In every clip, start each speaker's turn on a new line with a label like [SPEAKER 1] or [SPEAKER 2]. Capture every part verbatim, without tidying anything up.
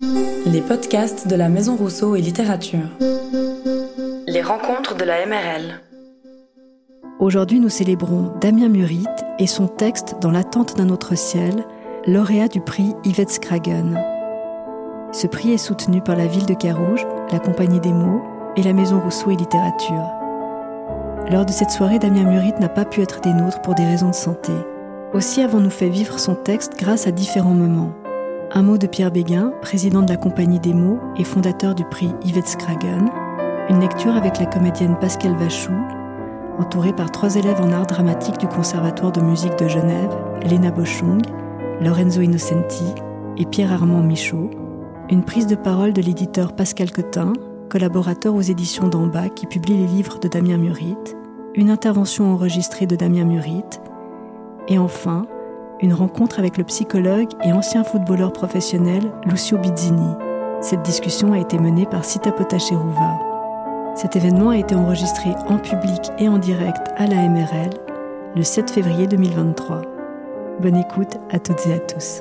[SPEAKER 1] Les podcasts de la Maison Rousseau et Littérature. Les rencontres de la M R L.
[SPEAKER 2] Aujourd'hui, nous célébrons Damien Muritte et son texte « Dans l'attente d'un autre ciel », lauréat du prix Yvette Scragen. Ce prix est soutenu par la ville de Carouge, la Compagnie des mots et la Maison Rousseau et Littérature. Lors de cette soirée, Damien Muritte n'a pas pu être des nôtres pour des raisons de santé. Aussi avons-nous fait vivre son texte grâce à différents moments. Un mot de Pierre Béguin, président de la Compagnie des mots et fondateur du prix Yvette Scragen. Une lecture avec la comédienne Pascale Vachou, entourée par trois élèves en art dramatique du Conservatoire de musique de Genève, Léna Bochung, Lorenzo Innocenti et Pierre-Armand Michaud. Une prise de parole de l'éditeur Pascal Cotin, collaborateur aux éditions d'Amba qui publie les livres de Damien Muritte. Une intervention enregistrée de Damien Muritte. Et enfin, une rencontre avec le psychologue et ancien footballeur professionnel Lucio Bizzini. Cette discussion a été menée par Sita Potacherouva. Cet événement a été enregistré en public et en direct à la M R L le sept février deux mille vingt-trois. Bonne écoute à toutes et à tous.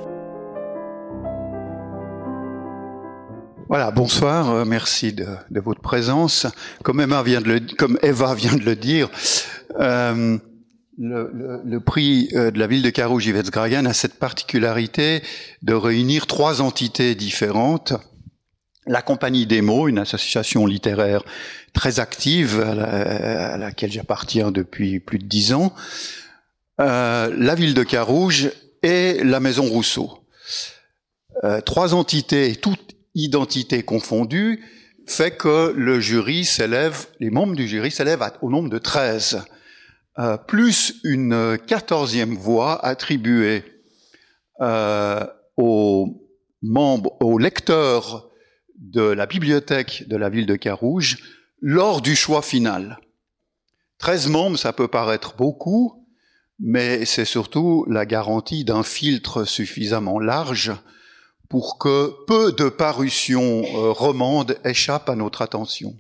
[SPEAKER 3] Voilà, bonsoir, euh, merci de, de votre présence. Comme Emma vient de le, comme Eva vient de le dire, euh, le, le, le prix de la ville de Carouge Yvette Scragen a cette particularité de réunir trois entités différentes. La Compagnie des mots, une association littéraire très active à, la, à laquelle j'appartiens depuis plus de dix ans, euh, la ville de Carouge et la Maison Rousseau. Euh, trois entités, toutes identités confondues, fait que le jury s'élève, les membres du jury s'élèvent au nombre de treize, euh, plus une quatorzième voix attribuée euh, aux membres, aux lecteurs de la bibliothèque de la ville de Carouge lors du choix final. treize membres, ça peut paraître beaucoup, mais c'est surtout la garantie d'un filtre suffisamment large pour que peu de parutions euh, romandes échappent à notre attention.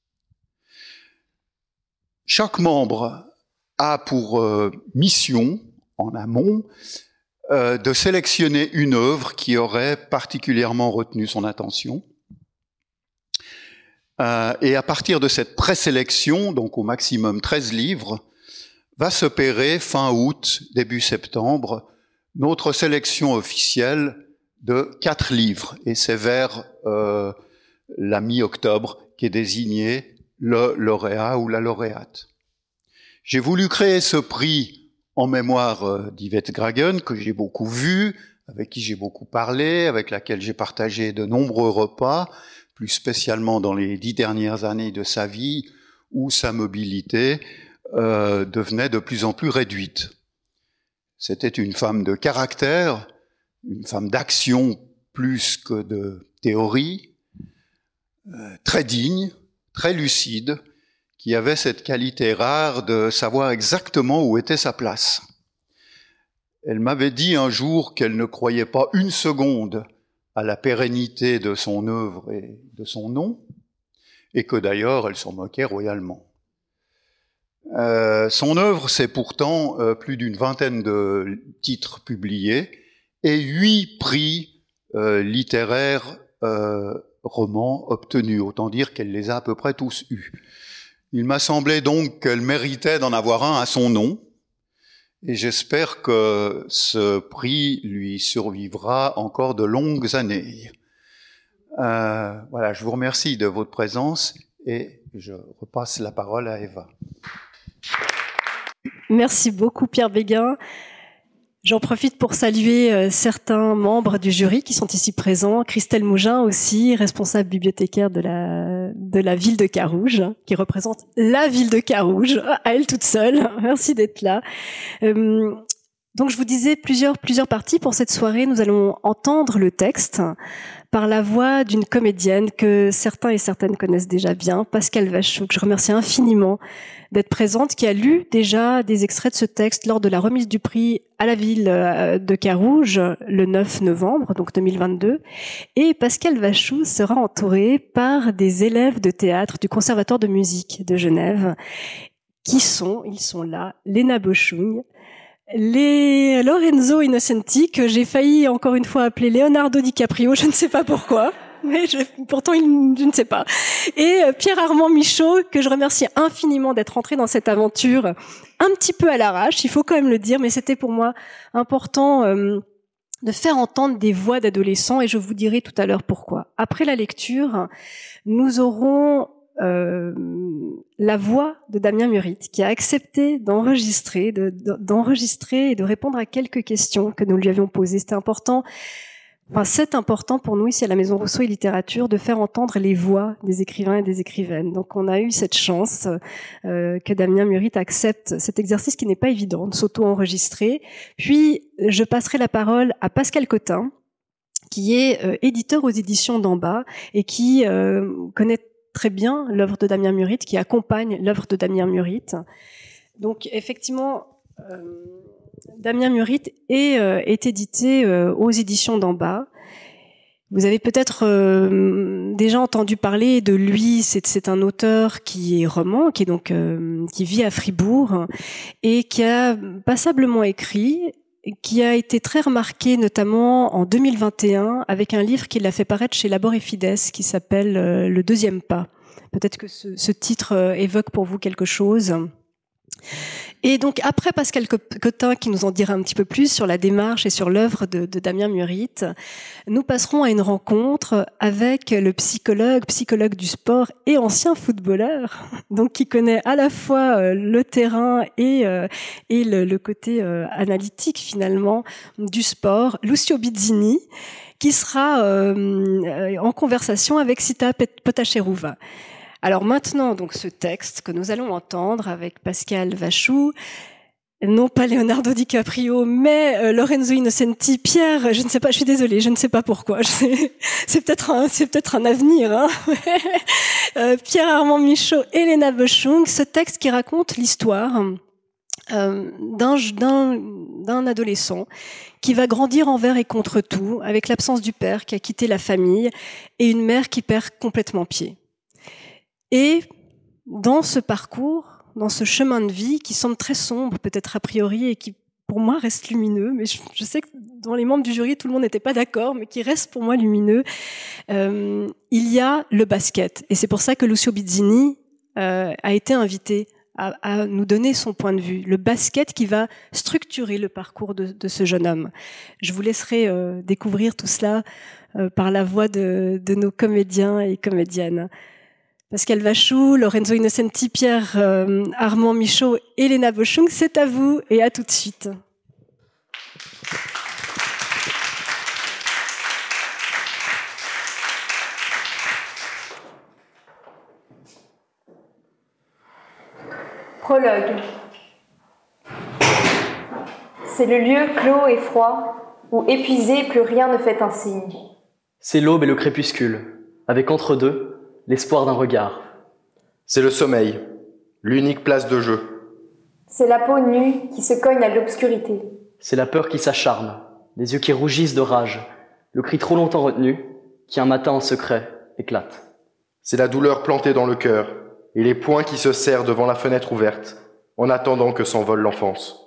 [SPEAKER 3] Chaque membre a pour euh, mission, en amont, euh, de sélectionner une œuvre qui aurait particulièrement retenu son attention. Euh, et à partir de cette présélection, donc au maximum treize livres, va s'opérer fin août, début septembre, notre sélection officielle de quatre livres. Et c'est vers euh, la mi-octobre qu'est désigné le lauréat ou la lauréate. J'ai voulu créer ce prix en mémoire d'Yvette Scragen, que j'ai beaucoup vu, avec qui j'ai beaucoup parlé, avec laquelle j'ai partagé de nombreux repas, plus spécialement dans les dix dernières années de sa vie, où sa mobilité euh, devenait de plus en plus réduite. C'était une femme de caractère, une femme d'action plus que de théorie, euh, très digne, très lucide, qui avait cette qualité rare de savoir exactement où était sa place. Elle m'avait dit un jour qu'elle ne croyait pas une seconde à la pérennité de son œuvre et de son nom, et que d'ailleurs elle s'en moquait royalement. Euh, son œuvre, c'est pourtant euh, plus d'une vingtaine de titres publiés et huit prix euh, littéraires euh, romans obtenus, autant dire qu'elle les a à peu près tous eus. Il m'a semblé donc qu'elle méritait d'en avoir un à son nom, et j'espère que ce prix lui survivra encore de longues années. Euh, voilà, je vous remercie de votre présence et je repasse la parole à Eva.
[SPEAKER 2] Merci beaucoup Pierre Béguin. J'en profite pour saluer euh, certains membres du jury qui sont ici présents. Christelle Mougin aussi, responsable bibliothécaire de la, de la ville de Carouge, qui représente la ville de Carouge, à elle toute seule. Merci d'être là. Euh, donc je vous disais plusieurs, plusieurs parties pour cette soirée. Nous allons entendre le texte par la voix d'une comédienne que certains et certaines connaissent déjà bien, Pascale Vachou, que je remercie infiniment d'être présente, qui a lu déjà des extraits de ce texte lors de la remise du prix à la ville de Carouge le neuf novembre, donc deux mille vingt-deux. Et Pascale Vachou sera entourée par des élèves de théâtre du Conservatoire de musique de Genève, qui sont, ils sont là, Léna Bochung, les Lorenzo Innocenti, que j'ai failli encore une fois appeler Leonardo DiCaprio, je ne sais pas pourquoi, mais je, pourtant il, je ne sais pas. Et Pierre-Armand Michaud, que je remercie infiniment d'être entré dans cette aventure un petit peu à l'arrache, il faut quand même le dire, mais c'était pour moi important euh, de faire entendre des voix d'adolescents, et je vous dirai tout à l'heure pourquoi. Après la lecture, nous aurons Euh, la voix de Damien Murit, qui a accepté d'enregistrer, de, d'enregistrer et de répondre à quelques questions que nous lui avions posées. C'était important, enfin c'est important pour nous ici à la Maison Rousseau et Littérature de faire entendre les voix des écrivains et des écrivaines. Donc on a eu cette chance euh, que Damien Murit accepte cet exercice qui n'est pas évident, de s'auto-enregistrer. Puis je passerai la parole à Pascal Cotin, qui est euh, éditeur aux éditions d'En Bas et qui euh, connaît très bien l'œuvre de Damien Murit, qui accompagne l'œuvre de Damien Murit. Donc effectivement, euh, Damien Murit est, euh, est édité euh, aux éditions d'En Bas. Vous avez peut-être euh, déjà entendu parler de lui. C'est, c'est un auteur qui est roman, qui est donc euh, qui vit à Fribourg et qui a passablement écrit, qui a été très remarqué notamment en deux mille vingt et un avec un livre qu'il a fait paraître chez Labor et Fides qui s'appelle euh, Le deuxième pas. Peut-être que ce, ce titre euh, évoque pour vous quelque chose. Et donc après Pascal Cotin qui nous en dira un petit peu plus sur la démarche et sur l'œuvre de, de Damien Murit, nous passerons à une rencontre avec le psychologue, psychologue du sport et ancien footballeur, donc qui connaît à la fois euh, le terrain et, euh, et le, le côté euh, analytique finalement du sport, Lucio Bizzini, qui sera euh, en conversation avec Sita Potacherouva. Alors maintenant, donc ce texte que nous allons entendre avec Pascal Vachou, non pas Leonardo DiCaprio, mais euh, Lorenzo Innocenti, Pierre, je ne sais pas, je suis désolée, je ne sais pas pourquoi, je sais, c'est peut-être un, c'est peut-être un avenir, hein. euh, Pierre-Armand Michaud, Elena Boschung, ce texte qui raconte l'histoire euh, d'un, d'un, d'un adolescent qui va grandir envers et contre tout, avec l'absence du père qui a quitté la famille et une mère qui perd complètement pied. Et dans ce parcours, dans ce chemin de vie qui semble très sombre, peut-être a priori, et qui pour moi reste lumineux, mais je, je sais que dans les membres du jury, tout le monde n'était pas d'accord, mais qui reste pour moi lumineux, euh, il y a le basket. Et c'est pour ça que Lucio Bizzini euh, a été invité à, à nous donner son point de vue. Le basket qui va structurer le parcours de, de ce jeune homme. Je vous laisserai euh, découvrir tout cela euh, par la voix de, de nos comédiens et comédiennes. Pascal Vachou, Lorenzo Innocenti, Pierre euh, Armand Michaud, Elena Boschung, c'est à vous et à tout de suite.
[SPEAKER 4] Prologue. C'est le lieu clos et froid, où épuisé plus rien ne fait un signe.
[SPEAKER 5] C'est l'aube et le crépuscule, avec entre deux l'espoir d'un regard.
[SPEAKER 6] C'est le sommeil, l'unique place de jeu.
[SPEAKER 4] C'est la peau nue qui se cogne à l'obscurité.
[SPEAKER 5] C'est la peur qui s'acharne, les yeux qui rougissent de rage, le cri trop longtemps retenu, qui un matin en secret éclate.
[SPEAKER 6] C'est la douleur plantée dans le cœur, et les poings qui se serrent devant la fenêtre ouverte, en attendant que s'envole l'enfance.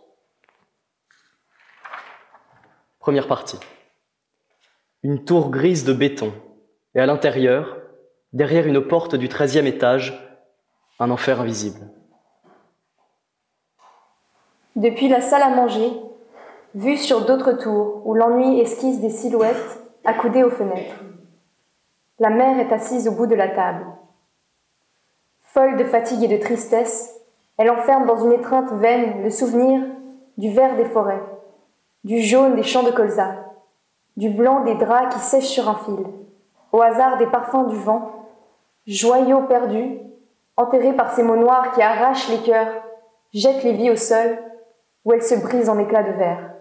[SPEAKER 5] Première partie. Une tour grise de béton, et à l'intérieur, derrière une porte du treizième étage, un enfer invisible.
[SPEAKER 4] Depuis la salle à manger, vue sur d'autres tours où l'ennui esquisse des silhouettes accoudées aux fenêtres. La mère est assise au bout de la table. Folle de fatigue et de tristesse, elle enferme dans une étreinte vaine le souvenir du vert des forêts, du jaune des champs de colza, du blanc des draps qui sèchent sur un fil, au hasard des parfums du vent, joyaux perdus, enterrés par ces mots noirs qui arrachent les cœurs, jettent les vies au sol, où elles se brisent en éclats de verre.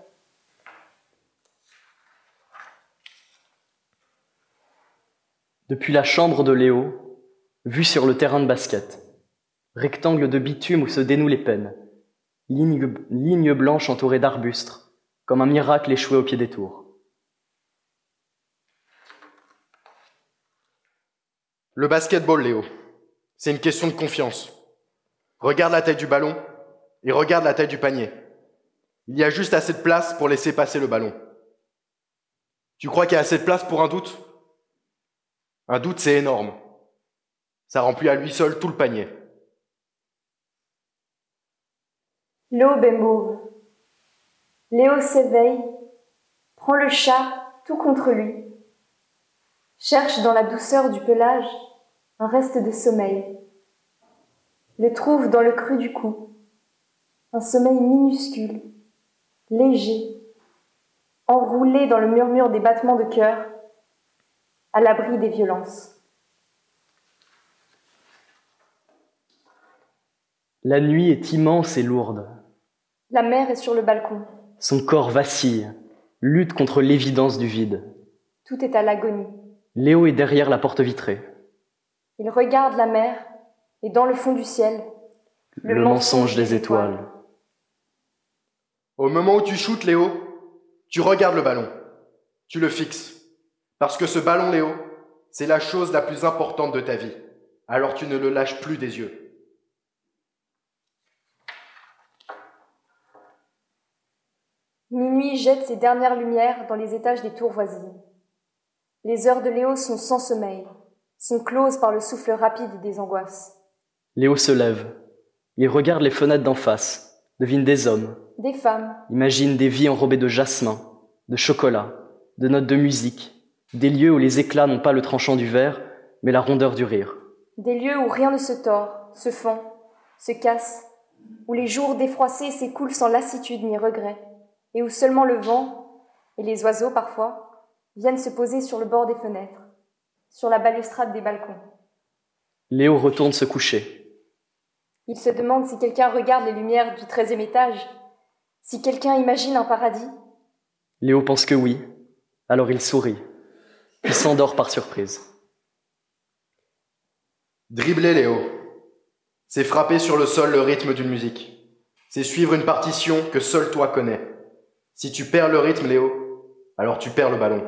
[SPEAKER 5] Depuis la chambre de Léo, vue sur le terrain de basket, rectangle de bitume où se dénouent les peines, ligne, ligne blanche entourée d'arbustes, comme un miracle échoué au pied des tours.
[SPEAKER 6] Le basketball, Léo, c'est une question de confiance. Regarde la taille du ballon et regarde la taille du panier. Il y a juste assez de place pour laisser passer le ballon. Tu crois qu'il y a assez de place pour un doute? Un doute, c'est énorme. Ça remplit à lui seul tout le panier.
[SPEAKER 4] L'aube est mauve. Léo s'éveille, prend le chat tout contre lui, cherche dans la douceur du pelage un reste de sommeil, le trouve dans le creux du cou, un sommeil minuscule, léger, enroulé dans le murmure des battements de cœur, à l'abri des violences.
[SPEAKER 5] La nuit est immense et lourde.
[SPEAKER 4] La mer est sur le balcon.
[SPEAKER 5] Son corps vacille, lutte contre l'évidence du vide.
[SPEAKER 4] Tout est à l'agonie.
[SPEAKER 5] Léo est derrière la porte vitrée.
[SPEAKER 4] Il regarde la mer et dans le fond du ciel,
[SPEAKER 5] le, le mensonge des étoiles. étoiles.
[SPEAKER 6] Au moment où tu shootes, Léo, tu regardes le ballon. Tu le fixes. Parce que ce ballon, Léo, c'est la chose la plus importante de ta vie. Alors tu ne le lâches plus des yeux.
[SPEAKER 4] Minuit jette ses dernières lumières dans les étages des tours voisines. Les heures de Léo sont sans sommeil, sont closes par le souffle rapide des angoisses.
[SPEAKER 5] Léo se lève. Il regarde les fenêtres d'en face, devine des hommes,
[SPEAKER 4] des femmes,
[SPEAKER 5] imagine des vies enrobées de jasmin, de chocolat, de notes de musique, des lieux où les éclats n'ont pas le tranchant du verre, mais la rondeur du rire.
[SPEAKER 4] Des lieux où rien ne se tord, se fend, se casse, où les jours défroissés s'écoulent sans lassitude ni regret, et où seulement le vent, et les oiseaux parfois, viennent se poser sur le bord des fenêtres, sur la balustrade des balcons.
[SPEAKER 5] Léo retourne se coucher.
[SPEAKER 4] Il se demande si quelqu'un regarde les lumières du treizième étage, si quelqu'un imagine un paradis.
[SPEAKER 5] Léo pense que oui, alors il sourit, puis s'endort par surprise.
[SPEAKER 6] Dribbler, Léo, c'est frapper sur le sol le rythme d'une musique. C'est suivre une partition que seul toi connais. Si tu perds le rythme, Léo, alors tu perds le ballon.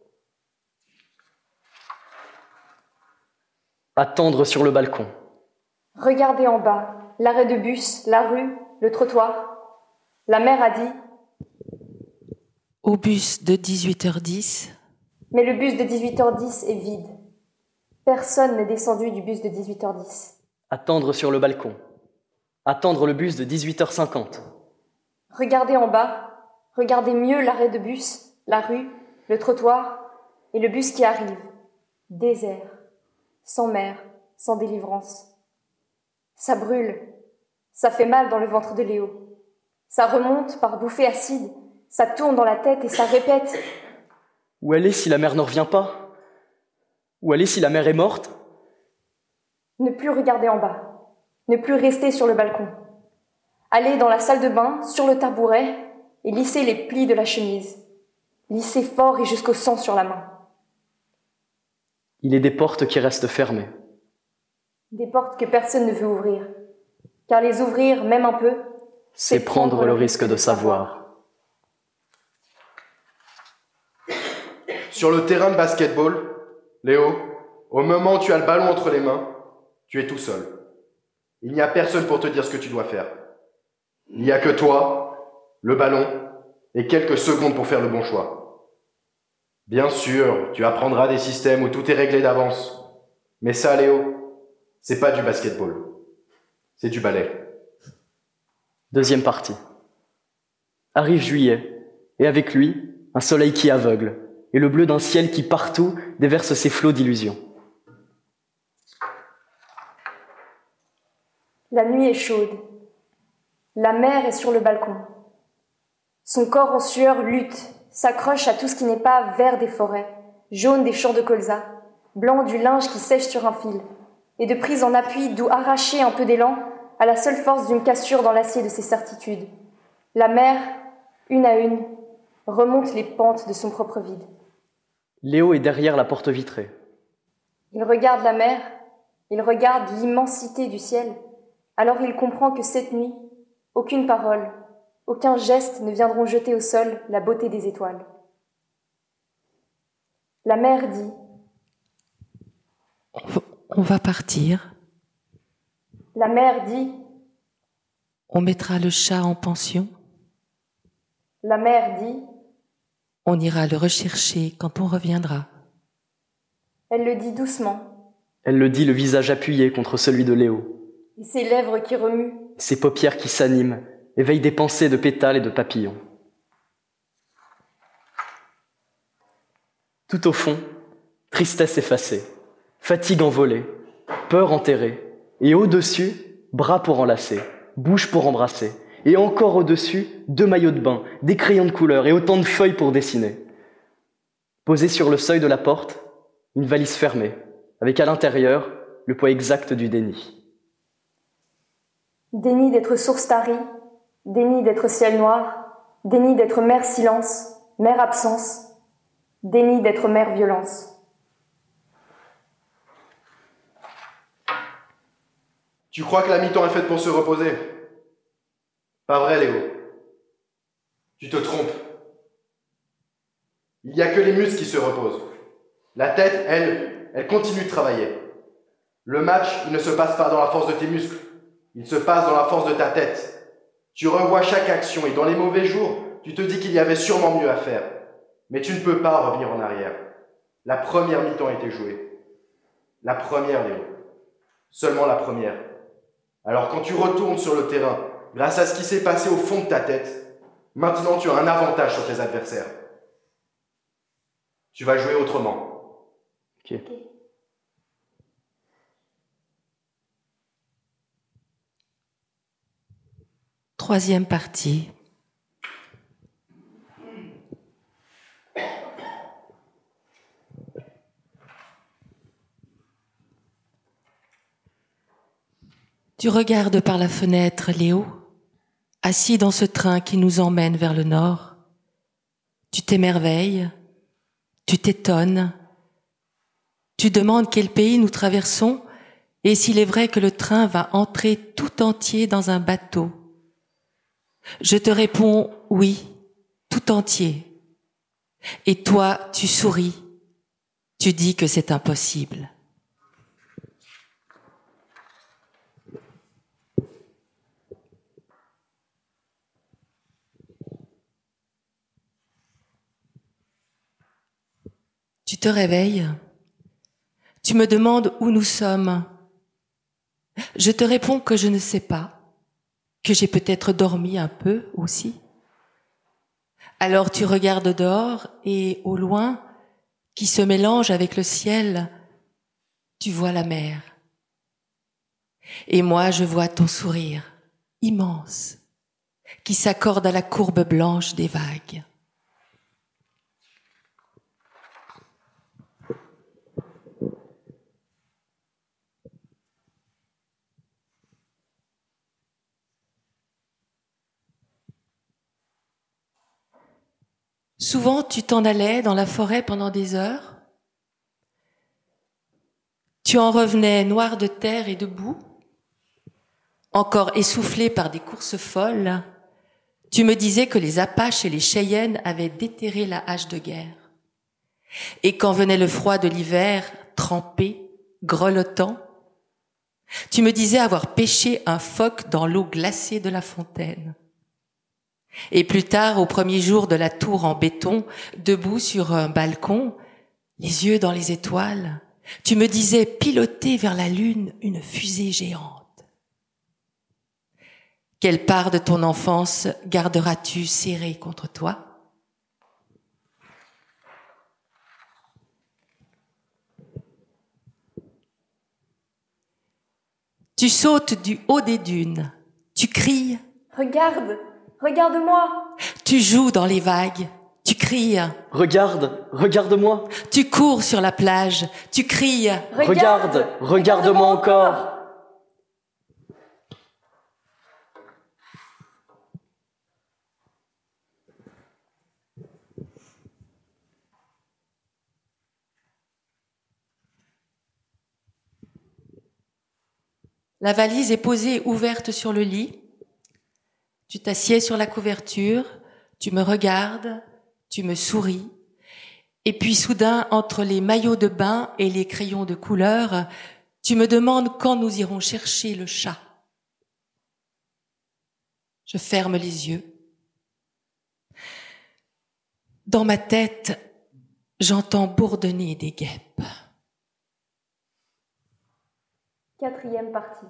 [SPEAKER 5] Attendre sur le balcon.
[SPEAKER 4] Regarder en bas, l'arrêt de bus, la rue, le trottoir. La mère a dit «
[SPEAKER 7] Au bus de dix-huit heures dix ».
[SPEAKER 4] Mais le bus de dix-huit heures dix est vide. Personne n'est descendu du bus de dix-huit heures dix.
[SPEAKER 5] Attendre sur le balcon. Attendre le bus de dix-huit heures cinquante.
[SPEAKER 4] Regarder en bas. Regardez mieux l'arrêt de bus, la rue, le trottoir et le bus qui arrive. Désert, sans mer, sans délivrance. Ça brûle, ça fait mal dans le ventre de Léo. Ça remonte par bouffées acides, ça tourne dans la tête et ça répète.
[SPEAKER 5] Où aller si la mer ne revient pas? Où aller si la mer est morte?
[SPEAKER 4] Ne plus regarder en bas, ne plus rester sur le balcon. Aller dans la salle de bain, sur le tabouret, et lisser les plis de la chemise, lisser fort et jusqu'au sang sur la main.
[SPEAKER 5] Il est des portes qui restent fermées.
[SPEAKER 4] Des portes que personne ne veut ouvrir, car les ouvrir, même un peu,
[SPEAKER 5] c'est, c'est prendre, prendre le risque, risque de savoir.
[SPEAKER 6] Sur le terrain de basketball, Léo, au moment où tu as le ballon entre les mains, tu es tout seul. Il n'y a personne pour te dire ce que tu dois faire. Il n'y a que toi, le ballon, et quelques secondes pour faire le bon choix. Bien sûr, tu apprendras des systèmes où tout est réglé d'avance. Mais ça, Léo, c'est pas du basketball. C'est du ballet.
[SPEAKER 5] Deuxième partie. Arrive juillet, et avec lui, un soleil qui aveugle, et le bleu d'un ciel qui partout déverse ses flots d'illusions.
[SPEAKER 4] La nuit est chaude. La mer est sur le balcon. Son corps en sueur lutte, s'accroche à tout ce qui n'est pas vert des forêts, jaune des champs de colza, blanc du linge qui sèche sur un fil, et de prise en appui d'où arracher un peu d'élan à la seule force d'une cassure dans l'acier de ses certitudes. La mer, une à une, remonte les pentes de son propre vide.
[SPEAKER 5] Léo est derrière la porte vitrée.
[SPEAKER 4] Il regarde la mer, il regarde l'immensité du ciel, alors il comprend que cette nuit, aucune parole, aucun geste ne viendront jeter au sol la beauté des étoiles. La mère dit
[SPEAKER 7] « On va partir. »
[SPEAKER 4] La mère dit
[SPEAKER 7] « On mettra le chat en pension. »
[SPEAKER 4] La mère dit «
[SPEAKER 7] On ira le rechercher quand on reviendra. »
[SPEAKER 4] Elle le dit doucement.
[SPEAKER 5] Elle le dit le visage appuyé contre celui de Léo.
[SPEAKER 4] Et ses lèvres qui remuent.
[SPEAKER 5] Ses paupières qui s'animent, éveillent des pensées de pétales et de papillons. Tout au fond, tristesse effacée, fatigue envolée, peur enterrée, et au-dessus, bras pour enlacer, bouche pour embrasser, et encore au-dessus, deux maillots de bain, des crayons de couleur et autant de feuilles pour dessiner. Posée sur le seuil de la porte, une valise fermée, avec à l'intérieur le poids exact du déni.
[SPEAKER 4] Déni d'être source tarie, déni d'être ciel noir, déni d'être mère silence, mère absence, déni d'être mère violence.
[SPEAKER 6] Tu crois que la mi-temps est faite pour se reposer? Pas vrai, Léo. Tu te trompes. Il n'y a que les muscles qui se reposent. La tête, elle, elle continue de travailler. Le match, il ne se passe pas dans la force de tes muscles. Il se passe dans la force de ta tête. Tu revois chaque action et dans les mauvais jours, tu te dis qu'il y avait sûrement mieux à faire. Mais tu ne peux pas revenir en arrière. La première mi-temps a été jouée. La première, Léo. Seulement la première. Alors quand tu retournes sur le terrain, grâce à ce qui s'est passé au fond de ta tête, maintenant tu as un avantage sur tes adversaires. Tu vas jouer autrement.
[SPEAKER 5] Ok.
[SPEAKER 7] Troisième partie. Tu regardes par la fenêtre, Léo, assis dans ce train qui nous emmène vers le nord. Tu t'émerveilles, tu t'étonnes, tu demandes quel pays nous traversons et s'il est vrai que le train va entrer tout entier dans un bateau. Je te réponds oui, tout entier. Et toi, tu souris, tu dis que c'est impossible. Tu te réveilles, tu me demandes où nous sommes. Je te réponds que je ne sais pas, que j'ai peut-être dormi un peu aussi. Alors tu regardes dehors et au loin, qui se mélange avec le ciel, tu vois la mer. Et moi je vois ton sourire immense qui s'accorde à la courbe blanche des vagues. Souvent, tu t'en allais dans la forêt pendant des heures. Tu en revenais noir de terre et de boue, encore essoufflé par des courses folles. Tu me disais que les Apaches et les Cheyennes avaient déterré la hache de guerre. Et quand venait le froid de l'hiver, trempé, grelottant, tu me disais avoir pêché un phoque dans l'eau glacée de la fontaine. Et plus tard, au premier jour de la tour en béton, debout sur un balcon, les yeux dans les étoiles, tu me disais piloter vers la lune une fusée géante. Quelle part de ton enfance garderas-tu serrée contre toi? Tu sautes du haut des dunes, tu cries
[SPEAKER 4] « Regarde ! Regarde-moi !»
[SPEAKER 7] Tu joues dans les vagues, tu cries.
[SPEAKER 5] Regarde, regarde-moi.
[SPEAKER 7] Tu cours sur la plage, tu cries.
[SPEAKER 5] Regarde, regarde, regarde-moi encore.
[SPEAKER 7] La valise est posée ouverte sur le lit. Tu t'assieds sur la couverture, tu me regardes, tu me souris, et puis soudain, entre les maillots de bain et les crayons de couleur, tu me demandes quand nous irons chercher le chat. Je ferme les yeux. Dans ma tête, j'entends bourdonner des guêpes.
[SPEAKER 4] Quatrième partie.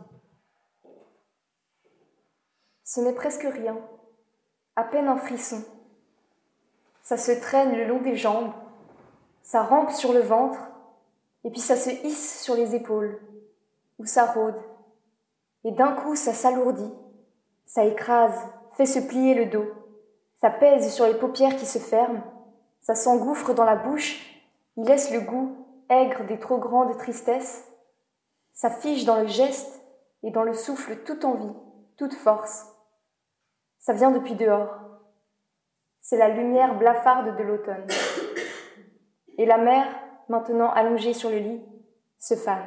[SPEAKER 4] Ce n'est presque rien, à peine un frisson. Ça se traîne le long des jambes, ça rampe sur le ventre, et puis ça se hisse sur les épaules, ou ça rôde. Et d'un coup, ça s'alourdit, ça écrase, fait se plier le dos, ça pèse sur les paupières qui se ferment, ça s'engouffre dans la bouche, il laisse le goût aigre des trop grandes tristesses, ça fige dans le geste et dans le souffle toute envie, toute force. Ça vient depuis dehors. C'est la lumière blafarde de l'automne. Et la mère, maintenant allongée sur le lit, se fane.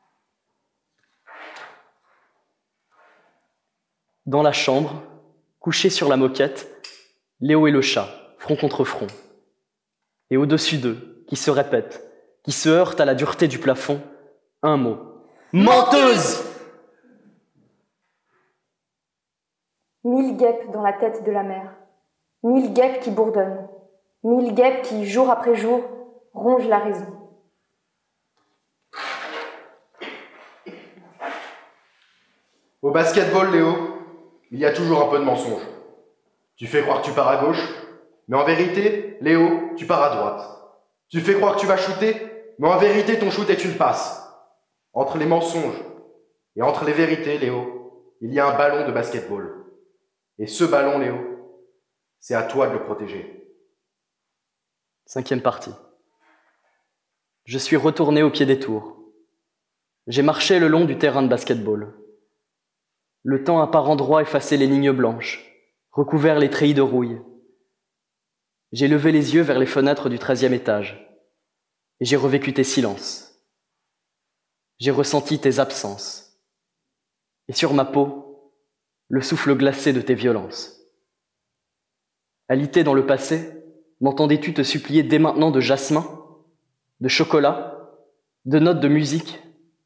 [SPEAKER 5] Dans la chambre, couché sur la moquette, Léo et le chat, front contre front. Et au-dessus d'eux, qui se répète, qui se heurte à la dureté du plafond, un mot. Menteuse!
[SPEAKER 4] Mille guêpes dans la tête de la mère. Mille guêpes qui bourdonnent. Mille guêpes qui, jour après jour, rongent la raison.
[SPEAKER 6] Au basketball, Léo, il y a toujours un peu de mensonge. Tu fais croire que tu pars à gauche, mais en vérité, Léo, tu pars à droite. Tu fais croire que tu vas shooter, mais en vérité, ton shoot est une passe. Entre les mensonges et entre les vérités, Léo, il y a un ballon de basketball. Et ce ballon, Léo, c'est à toi de le protéger.
[SPEAKER 5] Cinquième partie. Je suis retourné au pied des tours. J'ai marché le long du terrain de basketball. Le temps a par endroits effacé les lignes blanches, recouvert les treillis de rouille. J'ai levé les yeux vers les fenêtres du treizième étage, et j'ai revécu tes silences. J'ai ressenti tes absences. Et sur ma peau, le souffle glacé de tes violences. Alité dans le passé, m'entendais-tu te supplier dès maintenant de jasmin, de chocolat, de notes de musique?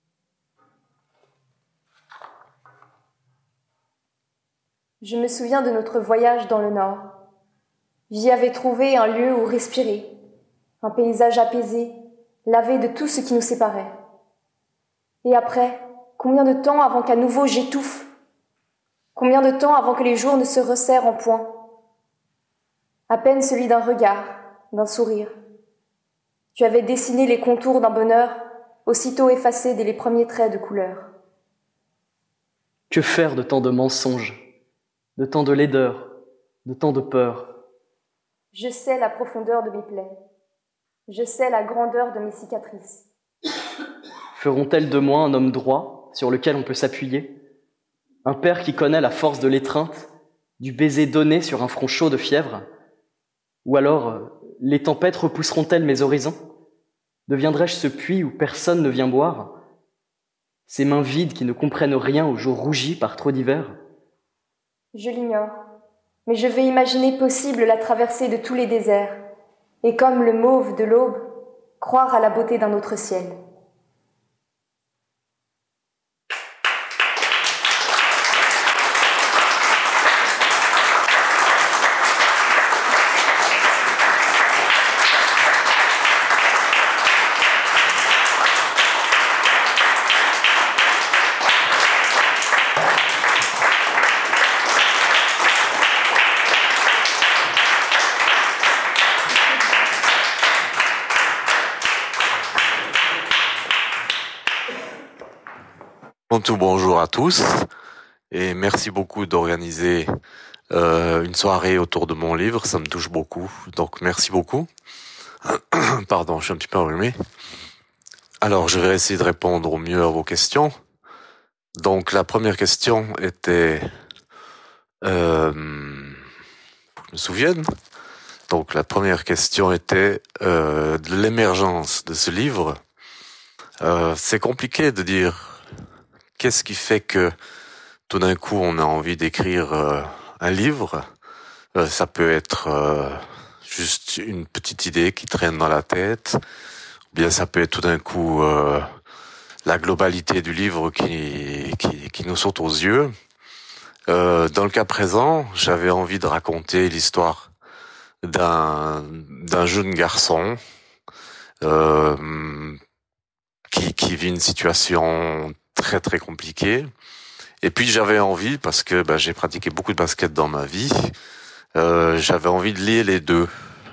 [SPEAKER 4] Je me souviens de notre voyage dans le Nord. J'y avais trouvé un lieu où respirer, un paysage apaisé, lavé de tout ce qui nous séparait. Et après, combien de temps avant qu'à nouveau j'étouffe? Combien de temps avant que les jours ne se resserrent en poing? À peine celui d'un regard, d'un sourire. Tu avais dessiné les contours d'un bonheur, aussitôt effacé dès les premiers traits de couleur.
[SPEAKER 5] Que faire de tant de mensonges, de tant de laideur, de tant de peur?
[SPEAKER 4] Je sais la profondeur de mes plaies. Je sais la grandeur de mes cicatrices.
[SPEAKER 5] Feront-elles de moi un homme droit sur lequel on peut s'appuyer? Un père qui connaît la force de l'étreinte, du baiser donné sur un front chaud de fièvre? Ou alors, les tempêtes repousseront-elles mes horizons? Deviendrai-je ce puits où personne ne vient boire? Ces mains vides qui ne comprennent rien aux jours rougis par trop d'hiver?
[SPEAKER 4] Je l'ignore, mais je vais imaginer possible la traversée de tous les déserts, et comme le mauve de l'aube, croire à la beauté d'un autre ciel.
[SPEAKER 8] Tout bonjour à tous et merci beaucoup d'organiser euh, une soirée autour de mon livre, ça me touche beaucoup, donc merci beaucoup. Pardon, je suis un petit peu enrhumé. Alors je vais essayer de répondre au mieux à vos questions. Donc la première question était, euh, faut que je me souvienne. Donc la première question était euh, de l'émergence de ce livre. Euh, c'est compliqué de dire. Qu'est-ce qui fait que tout d'un coup on a envie d'écrire euh, un livre? euh, Ça peut être euh, juste une petite idée qui traîne dans la tête, ou bien ça peut être tout d'un coup euh, la globalité du livre qui, qui, qui nous saute aux yeux. Euh, dans le cas présent, j'avais envie de raconter l'histoire d'un d'un jeune garçon euh, qui qui vit une situation très très compliquée. Et puis j'avais envie, parce que ben, j'ai pratiqué beaucoup de basket dans ma vie, euh, j'avais envie de lier les deux.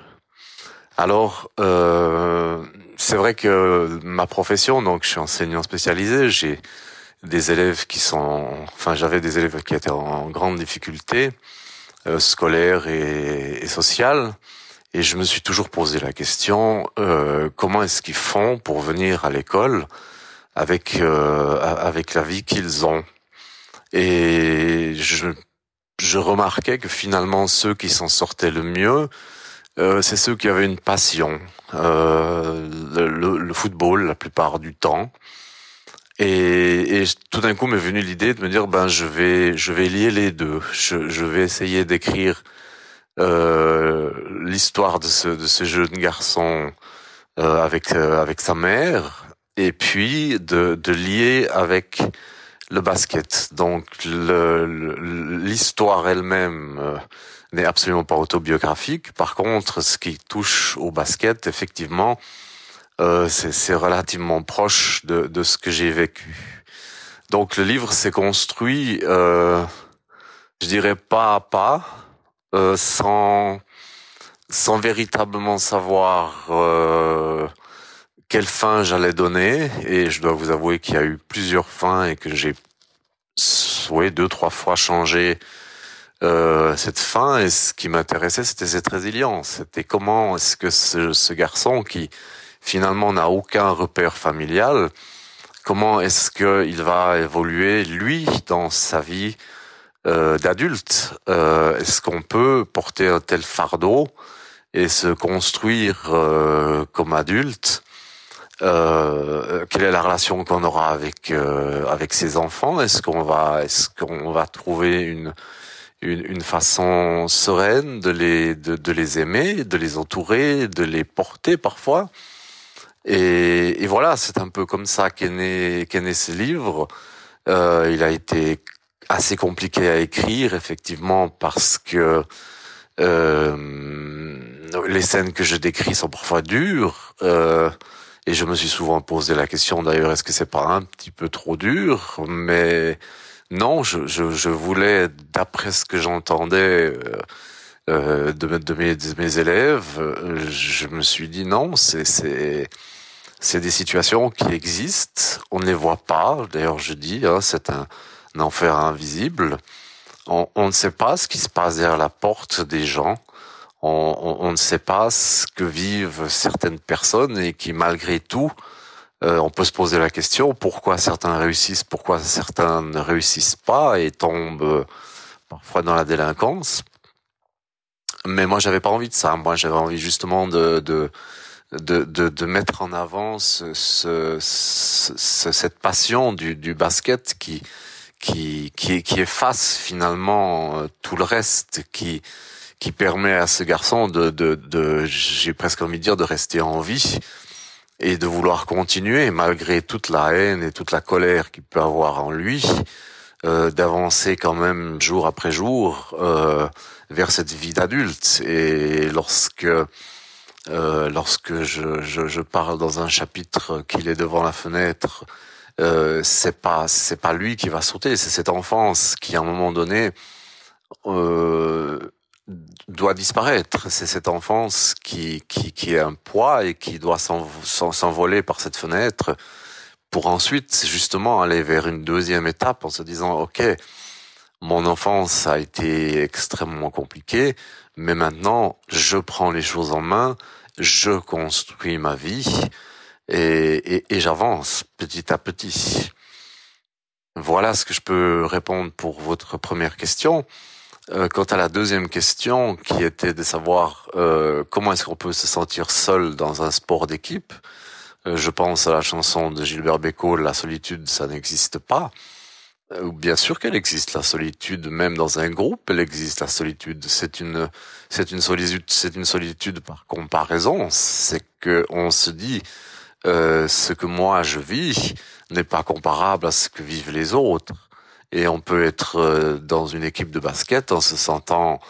[SPEAKER 8] Alors, euh, c'est vrai que ma profession, donc je suis enseignant spécialisé, j'ai des élèves qui sont, enfin j'avais des élèves qui étaient en grande difficulté euh, scolaire et, et sociale, et je me suis toujours posé la question euh, comment est-ce qu'ils font pour venir à l'école avec euh, avec la vie qu'ils ont. Et je, je remarquais que finalement, ceux qui s'en sortaient le mieux, euh, c'est ceux qui avaient une passion, euh, le, le, le football la plupart du temps. Et, et tout d'un coup m'est venue l'idée de me dire, ben je vais, je vais lier les deux. Je, je vais essayer d'écrire euh, l'histoire de ce, de ce jeune garçon euh, avec euh, avec sa mère, et puis de, de lier avec le basket. Donc le, le, l'histoire elle-même euh, n'est absolument pas autobiographique. Par contre, ce qui touche au basket, effectivement, euh, c'est, c'est relativement proche de, de ce que j'ai vécu. Donc le livre s'est construit, euh, je dirais pas à pas, euh, sans sans véritablement savoir euh, quelle fin j'allais donner, et je dois vous avouer qu'il y a eu plusieurs fins et que j'ai ouais, deux, trois fois changé euh, cette fin. Et ce qui m'intéressait, c'était cette résilience. C'était comment est-ce que ce, ce garçon qui finalement n'a aucun repère familial, comment est-ce qu'il va évoluer, lui, dans sa vie euh, d'adulte. euh, Est-ce qu'on peut porter un tel fardeau et se construire euh, comme adulte? Euh, quelle est la relation qu'on aura avec euh, avec ses enfants? Est-ce qu'on va est-ce qu'on va trouver une une, une façon sereine de les de, de les aimer, de les entourer, de les porter parfois? Et, et voilà, c'est un peu comme ça qu'est né qu'est né ce livre. Euh, il a été assez compliqué à écrire, effectivement, parce que euh, les scènes que je décris sont parfois dures. Euh, Et je me suis souvent posé la question, d'ailleurs, est-ce que c'est pas un petit peu trop dur? Mais non, je, je, je voulais, d'après ce que j'entendais euh, euh, de, de, mes, de mes élèves, euh, je me suis dit non, c'est, c'est, c'est des situations qui existent, on ne les voit pas. D'ailleurs, je dis, hein, c'est un, un enfer invisible. On, on ne sait pas ce qui se passe derrière la porte des gens. On, on, on ne sait pas ce que vivent certaines personnes et qui, malgré tout, euh, on peut se poser la question pourquoi certains réussissent, pourquoi certains ne réussissent pas et tombent euh, parfois dans la délinquance. Mais moi, j'avais pas envie de ça. Moi, j'avais envie justement de de de de, de mettre en avant ce, ce, ce, cette passion du, du basket qui qui qui qui efface finalement tout le reste, qui qui permet à ce garçon de, de, de, j'ai presque envie de dire, de rester en vie et de vouloir continuer, malgré toute la haine et toute la colère qu'il peut avoir en lui, euh, d'avancer quand même jour après jour euh, vers cette vie d'adulte. Et lorsque euh, lorsque je, je, je parle dans un chapitre qu'il est devant la fenêtre, euh, c'est pas c'est pas lui qui va sauter, c'est cette enfance qui, à un moment donné, euh, doit disparaître. C'est cette enfance qui, qui, qui est un poids et qui doit s'envoler par cette fenêtre pour ensuite justement aller vers une deuxième étape en se disant ok, mon enfance a été extrêmement compliquée, mais maintenant je prends les choses en main, je construis ma vie et, et, et j'avance petit à petit. Voilà ce que je peux répondre pour votre première question. Euh, quant à la deuxième question, qui était de savoir euh, comment est-ce qu'on peut se sentir seul dans un sport d'équipe, euh, je pense à la chanson de Gilbert Bécaud, La solitude, ça n'existe pas. Euh, bien sûr qu'elle existe, la solitude, même dans un groupe, elle existe, la solitude. C'est une, c'est une solitude, c'est une solitude par comparaison. C'est que on se dit, euh, ce que moi je vis n'est pas comparable à ce que vivent les autres. Et on peut être dans une équipe de basket en se sentant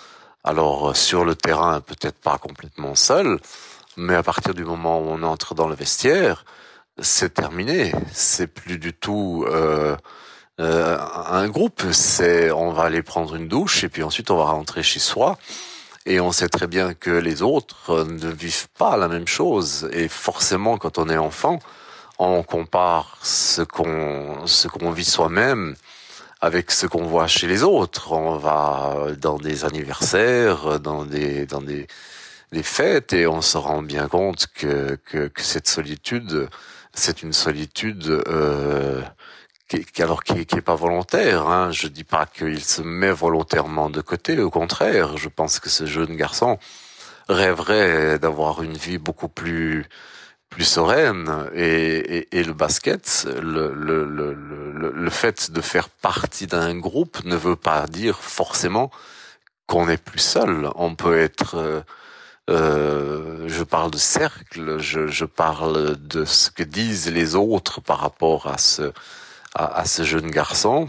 [SPEAKER 8] Alors sur le terrain, peut-être pas complètement seul, mais à partir du moment où on entre dans le vestiaire, c'est terminé. C'est plus du tout euh, euh, un groupe. C'est on va aller prendre une douche et puis ensuite on va rentrer chez soi. Et on sait très bien que les autres ne vivent pas la même chose. Et forcément, quand on est enfant, on compare ce qu'on ce qu'on vit soi-même avec ce qu'on voit chez les autres. On va dans des anniversaires, dans des dans des, des fêtes, et on se rend bien compte que que, que cette solitude, c'est une solitude euh, qui, qui alors qui, qui est pas volontaire. Hein. Je dis pas qu'il se met volontairement de côté. Au contraire, je pense que ce jeune garçon rêverait d'avoir une vie beaucoup plus plus sereine, et, et, et le basket, le, le, le, le, le fait de faire partie d'un groupe ne veut pas dire forcément qu'on est plus seul. On peut être, euh, euh, je parle de cercle, je, je parle de ce que disent les autres par rapport à ce, à, à ce jeune garçon.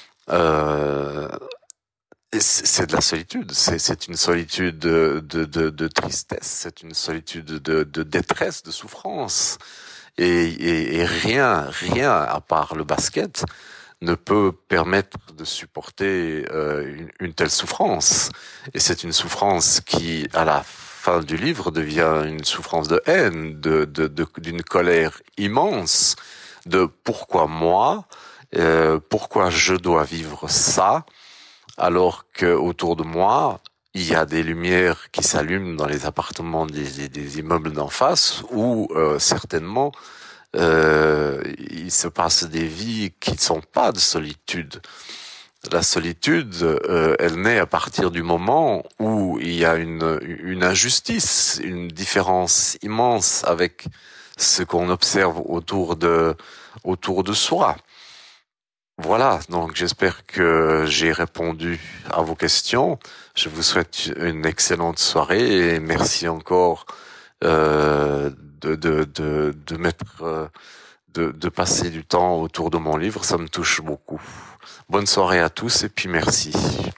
[SPEAKER 8] Euh, C'est de la solitude, c'est, c'est une solitude de, de, de, de tristesse, c'est une solitude de, de détresse, de souffrance. Et, et, et rien, rien à part le basket ne peut permettre de supporter euh, une, une telle souffrance. Et c'est une souffrance qui, à la fin du livre, devient une souffrance de haine, de, de, de, d'une colère immense, de pourquoi moi, euh, pourquoi je dois vivre ça, alors que autour de moi, il y a des lumières qui s'allument dans les appartements des, des, des immeubles d'en face, où euh, certainement euh, il se passe des vies qui ne sont pas de solitude. La solitude, euh, elle naît à partir du moment où il y a une, une injustice, une différence immense avec ce qu'on observe autour de, autour de soi. Voilà, donc j'espère que j'ai répondu à vos questions. Je vous souhaite une excellente soirée et merci encore euh, de, de, de, de mettre, de, de passer du temps autour de mon livre. Ça me touche beaucoup. Bonne soirée à tous et puis merci.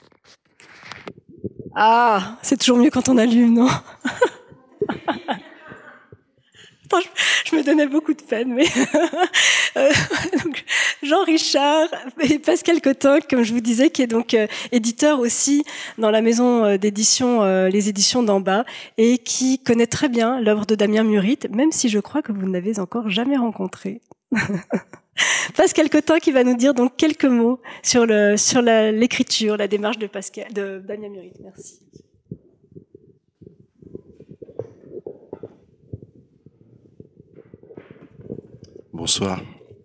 [SPEAKER 2] Ah, c'est toujours mieux quand on allume, non? Attends, je, je me donnais beaucoup de peine, mais euh, donc, Jean Richard et Pascal Cotin, comme je vous disais, qui est donc euh, éditeur aussi dans la maison euh, d'édition, euh, les éditions d'en bas, et qui connaît très bien l'œuvre de Damien Muritte, même si je crois que vous ne l'avez encore jamais rencontré. Pascal Cotin qui va nous dire donc quelques mots sur le sur la, l'écriture, la démarche de Pascal, de Damien Muritte. Merci.
[SPEAKER 9] Bonsoir.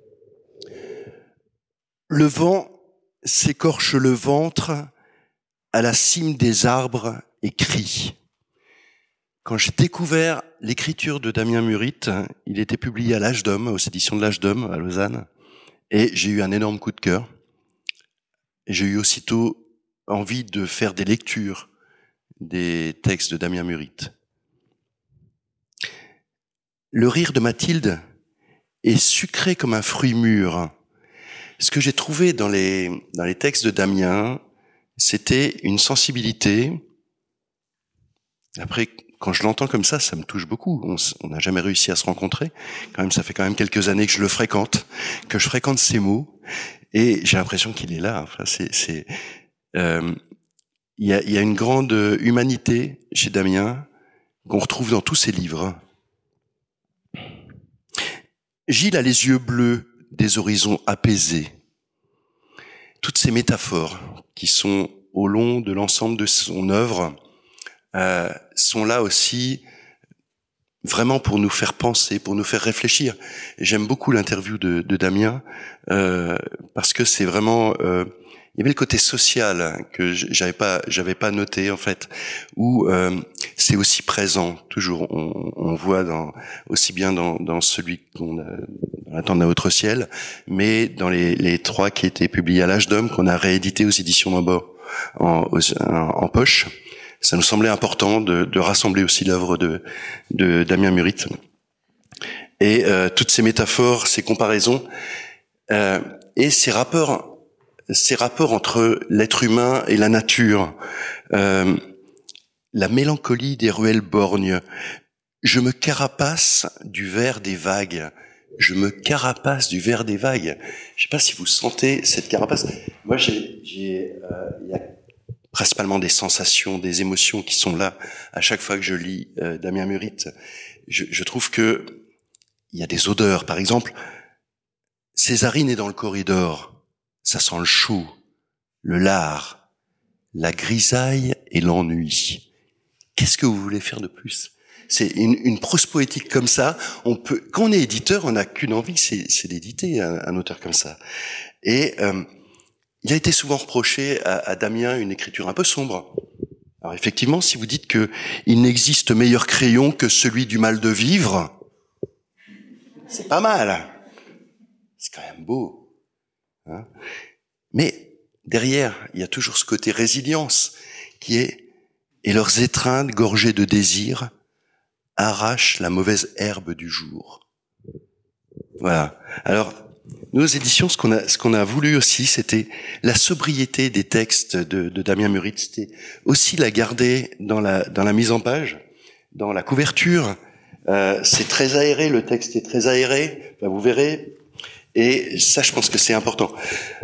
[SPEAKER 9] Le vent s'écorche le ventre à la cime des arbres et crie. Quand j'ai découvert l'écriture de Damien Muritte, il était publié à l'Âge d'Homme, aux éditions de l'Âge d'Homme à Lausanne, et j'ai eu un énorme coup de cœur. Et j'ai eu aussitôt envie de faire des lectures des textes de Damien Muritte. Le rire de Mathilde est sucré comme un fruit mûr. Ce que j'ai trouvé dans les, dans les textes de Damien, c'était une sensibilité. Après, quand je l'entends comme ça, ça me touche beaucoup. On n'a jamais réussi à se rencontrer. Quand même, ça fait quand même quelques années que je le fréquente, que je fréquente ses mots, et j'ai l'impression qu'il est là. Enfin, c'est, c'est, euh, il y a, il y a une grande humanité chez Damien qu'on retrouve dans tous ses livres. Gilles a les yeux bleus des horizons apaisés. Toutes ces métaphores qui sont au long de l'ensemble de son œuvre euh, sont là aussi vraiment pour nous faire penser, pour nous faire réfléchir. Et j'aime beaucoup l'interview de, de Damien euh, parce que c'est vraiment... Euh, il y avait le côté social que j'avais pas, j'avais pas noté en fait, où euh, c'est aussi présent toujours. On, on voit dans, aussi bien dans, dans celui qu'on a, dans l'attente d'un autre ciel, mais dans les, les trois qui étaient publiés à l'Âge d'Homme, qu'on a réédité aux éditions d'en bas en, en, en poche. Ça nous semblait important de, de rassembler aussi l'œuvre de, de Damien Muritte. Et euh, toutes ces métaphores, ces comparaisons euh, et ces rapports. Ces rapports entre l'être humain et la nature. Euh, la mélancolie des ruelles borgnes. Je me carapace du vert des vagues. Je me carapace du vert des vagues. Je sais pas si vous sentez cette carapace. Moi, j'ai, j'ai, euh, il y a principalement des sensations, des émotions qui sont là à chaque fois que je lis euh, Damien Muritte. Je, je trouve que il y a des odeurs. Par exemple, Césarine est dans le corridor. Ça sent le chou, le lard, la grisaille et l'ennui. Qu'est-ce que vous voulez faire de plus? C'est une, une prose poétique comme ça. On peut, quand on est éditeur, on n'a qu'une envie, c'est, c'est d'éditer un, un auteur comme ça. Et euh, il a été souvent reproché à, à Damien une écriture un peu sombre. Alors effectivement, si vous dites que il n'existe meilleur crayon que celui du mal de vivre, c'est pas mal. C'est quand même beau. Hein? Mais derrière, il y a toujours ce côté résilience qui est « Et leurs étreintes gorgées de désir arrachent la mauvaise herbe du jour. » Voilà. Alors, nous, aux éditions, ce qu'on a, ce qu'on a voulu aussi, c'était la sobriété des textes de, de Damien Muritte. C'était aussi la garder dans la, dans la mise en page, dans la couverture. Euh, c'est très aéré, le texte est très aéré, ben, vous verrez. Et ça, je pense que c'est important.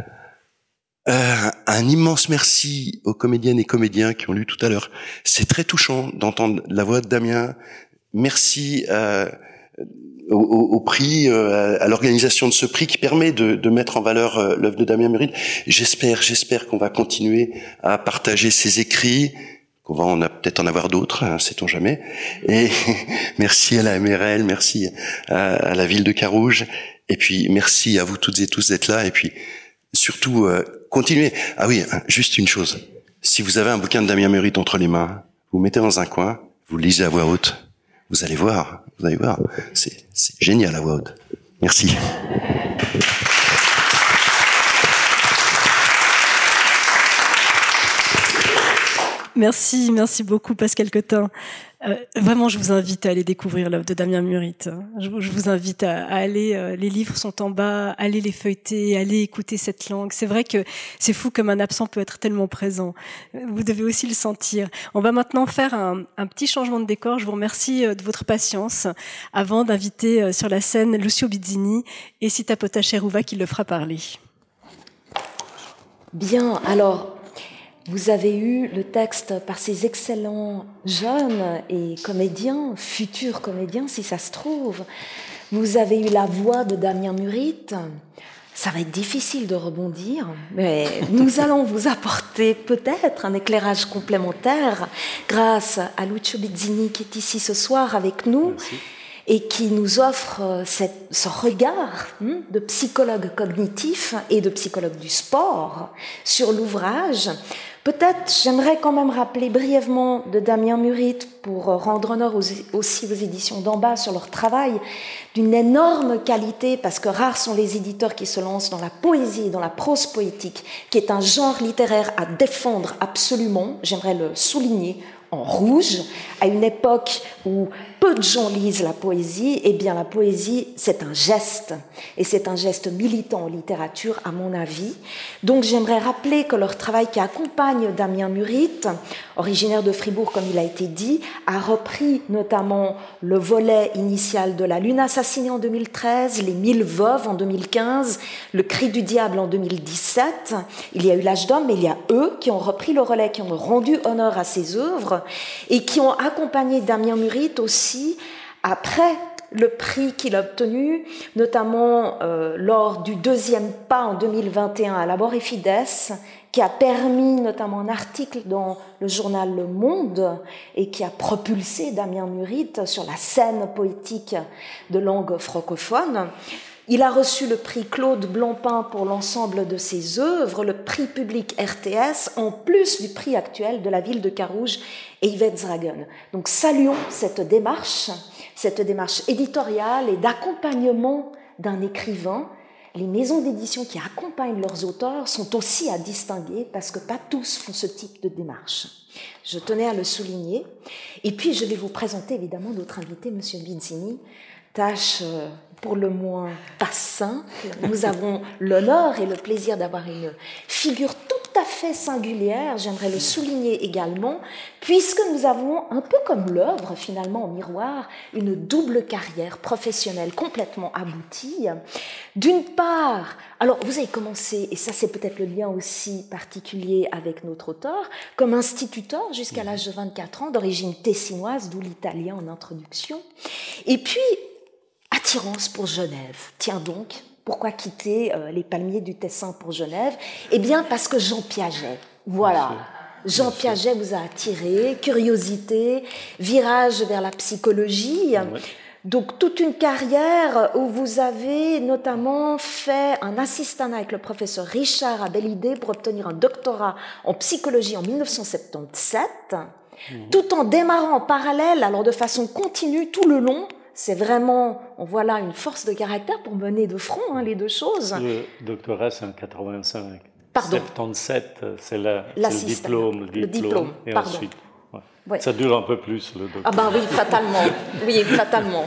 [SPEAKER 9] Euh, un immense merci aux comédiennes et comédiens qui ont lu tout à l'heure. C'est très touchant d'entendre la voix de Damien. Merci euh, au, au, au prix, euh, à l'organisation de ce prix qui permet de, de mettre en valeur euh, l'œuvre de Damien Muritte. J'espère, j'espère qu'on va continuer à partager ses écrits, qu'on va en a, peut-être en avoir d'autres, hein, sait-on jamais. Et merci à la M R L, merci à, à la ville de Carouge, et puis merci à vous toutes et tous d'être là, et puis surtout, euh, continuez. Ah oui, juste une chose. Si vous avez un bouquin de Damien Muritte entre les mains, vous mettez dans un coin, vous le lisez à voix haute. Vous allez voir, vous allez voir. C'est, c'est génial à voix haute. Merci.
[SPEAKER 2] Merci, merci beaucoup Pascal Cotin. Euh, vraiment, je vous invite à aller découvrir l'œuvre de Damien Muritte. Je, je vous invite à, à aller, euh, les livres sont en bas, allez les feuilleter, allez écouter cette langue. C'est vrai que c'est fou comme un absent peut être tellement présent. Vous devez aussi le sentir. On va maintenant faire un, un petit changement de décor. Je vous remercie de votre patience avant d'inviter sur la scène Lucio Bizzini et Sita Potacherouva qui le fera parler.
[SPEAKER 10] Bien, alors... Vous avez eu le texte par ces excellents jeunes et comédiens, futurs comédiens si ça se trouve. Vous avez eu la voix de Damien Muritte. Ça va être difficile de rebondir, mais nous allons vous apporter peut-être un éclairage complémentaire grâce à Lucio Bizzini qui est ici ce soir avec nous. Merci. Et qui nous offre cette, ce regard hein, de psychologue cognitif et de psychologue du sport sur l'ouvrage. Peut-être, j'aimerais quand même rappeler brièvement de Damien Muritte pour rendre honneur aux, aussi aux éditions d'en bas sur leur travail d'une énorme qualité, parce que rares sont les éditeurs qui se lancent dans la poésie, dans la prose poétique, qui est un genre littéraire à défendre absolument, j'aimerais le souligner, en rouge, à une époque où peu de gens lisent la poésie, eh bien la poésie, c'est un geste, et c'est un geste militant en littérature, à mon avis. Donc j'aimerais rappeler que leur travail qui accompagne Damien Muritte, originaire de Fribourg, comme il a été dit, a repris notamment le volet initial de La Lune assassinée en deux mille treize, Les Mille Veuves en deux mille quinze, Le Cri du Diable en deux mille dix-sept. Il y a eu L'Âge d'Homme, mais il y a eux qui ont repris le relais, qui ont rendu honneur à ses œuvres, et qui ont accompagné Damien Muritte aussi après le prix qu'il a obtenu, notamment euh, lors du deuxième pas en deux mille vingt et un à Labor et Fides, qui a permis notamment un article dans le journal Le Monde et qui a propulsé Damien Muritte sur la scène poétique de langue francophone. Il a reçu le prix Claude Blancpain pour l'ensemble de ses œuvres, le prix public R T S, en plus du prix actuel de la ville de Carouge et Yvette Zragen. Donc saluons cette démarche, cette démarche éditoriale et d'accompagnement d'un écrivain. Les maisons d'édition qui accompagnent leurs auteurs sont aussi à distinguer parce que pas tous font ce type de démarche. Je tenais à le souligner. Et puis je vais vous présenter évidemment notre invité, Monsieur Bizzini. Tâche pour le moins pas simple. Nous avons l'honneur et le plaisir d'avoir une figure tout à fait singulière, j'aimerais le souligner également, puisque nous avons, un peu comme l'œuvre finalement en miroir, une double carrière professionnelle complètement aboutie. D'une part, alors vous avez commencé, et ça c'est peut-être le lien aussi particulier avec notre auteur, comme instituteur jusqu'à l'âge de vingt-quatre ans, d'origine tessinoise, d'où l'italien en introduction, et puis attirance pour Genève. Tiens donc, pourquoi quitter euh, les palmiers du Tessin pour Genève? Eh bien, parce que Jean Piaget, voilà. Jean Piaget vous a attiré, curiosité, virage vers la psychologie. Oui. Donc, toute une carrière où vous avez notamment fait un assistanat avec le professeur Richard à Belle-Idée pour obtenir un doctorat en psychologie en mille neuf cent soixante-dix-sept, mmh. tout en démarrant en parallèle, alors de façon continue, tout le long. C'est vraiment, voilà, une force de caractère pour mener de front hein, les deux choses.
[SPEAKER 11] Le doctorat, c'est en quatre-vingt-cinq.
[SPEAKER 10] Pardon.
[SPEAKER 11] soixante-dix-sept, c'est, la, c'est le diplôme. Le diplôme,
[SPEAKER 10] le diplôme
[SPEAKER 11] et
[SPEAKER 10] pardon.
[SPEAKER 11] ensuite, ouais.
[SPEAKER 10] Ouais.
[SPEAKER 11] Ça dure un peu plus, le doctorat.
[SPEAKER 10] Ah ben oui, fatalement. Oui, fatalement.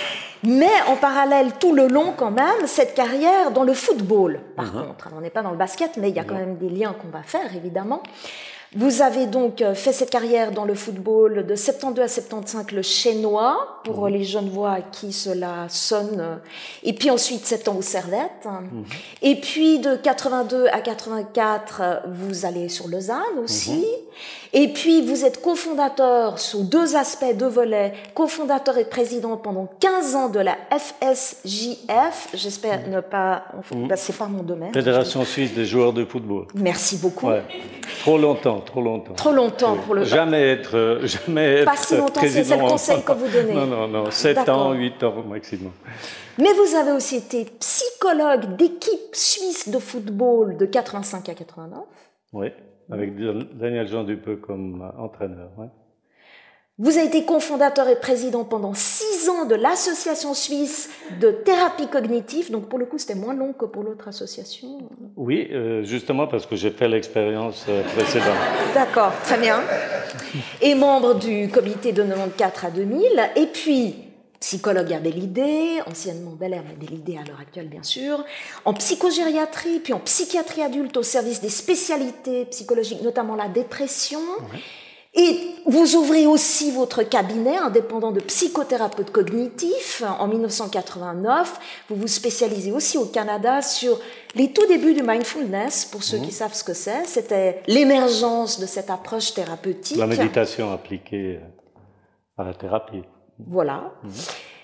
[SPEAKER 10] Mais en parallèle, tout le long quand même, cette carrière dans le football, par uh-huh. contre. Alors, on n'est pas dans le basket, mais il y a quand même des liens qu'on va faire, évidemment. Vous avez donc fait cette carrière dans le football de soixante-douze à soixante-quinze, le Chênois, pour mmh. les Genevois à qui cela sonne, et puis ensuite sept ans au Servette, mmh. et puis de quatre-vingt-deux à quatre-vingt-quatre, vous allez sur Lausanne aussi, mmh. et puis vous êtes cofondateur sous deux aspects, deux volets, cofondateur et président pendant quinze ans de la F S J F, j'espère mmh. ne pas, mmh. bah, c'est pas mon domaine.
[SPEAKER 11] Fédération Suisse des joueurs de football.
[SPEAKER 10] Merci beaucoup.
[SPEAKER 11] Ouais. Trop longtemps. Trop longtemps.
[SPEAKER 10] Trop longtemps pour le.
[SPEAKER 11] Jamais être, euh, jamais être
[SPEAKER 10] Pas si longtemps, c'est, c'est le conseil que vous donnez.
[SPEAKER 11] Non, non, non, sept ans, huit ans maximum.
[SPEAKER 10] Mais vous avez aussi été psychologue d'équipe suisse de football de quatre-vingt-cinq à quatre-vingt-neuf.
[SPEAKER 11] Oui, avec Daniel Jean Dupeux comme entraîneur. Ouais.
[SPEAKER 10] Vous avez été cofondateur et président pendant six ans de l'association suisse de thérapie cognitive. Donc, pour le coup, c'était moins long que pour l'autre association.
[SPEAKER 11] Oui, euh, justement parce que j'ai fait l'expérience euh, précédente.
[SPEAKER 10] D'accord, très bien. Et membre du comité de quatre-vingt-quatorze à deux mille. Et puis, psychologue à Belle-Idée, anciennement Bel Air, mais Belle-Idée à l'heure actuelle, bien sûr. En psychogériatrie, puis en psychiatrie adulte au service des spécialités psychologiques, notamment la dépression. Ouais. Et vous ouvrez aussi votre cabinet indépendant de psychothérapeute cognitif en mille neuf cent quatre-vingt-neuf. Vous vous spécialisez aussi au Canada sur les tout débuts du mindfulness, pour ceux mmh. qui savent ce que c'est. C'était l'émergence de cette approche thérapeutique.
[SPEAKER 11] La méditation appliquée à la thérapie.
[SPEAKER 10] Voilà. Mmh.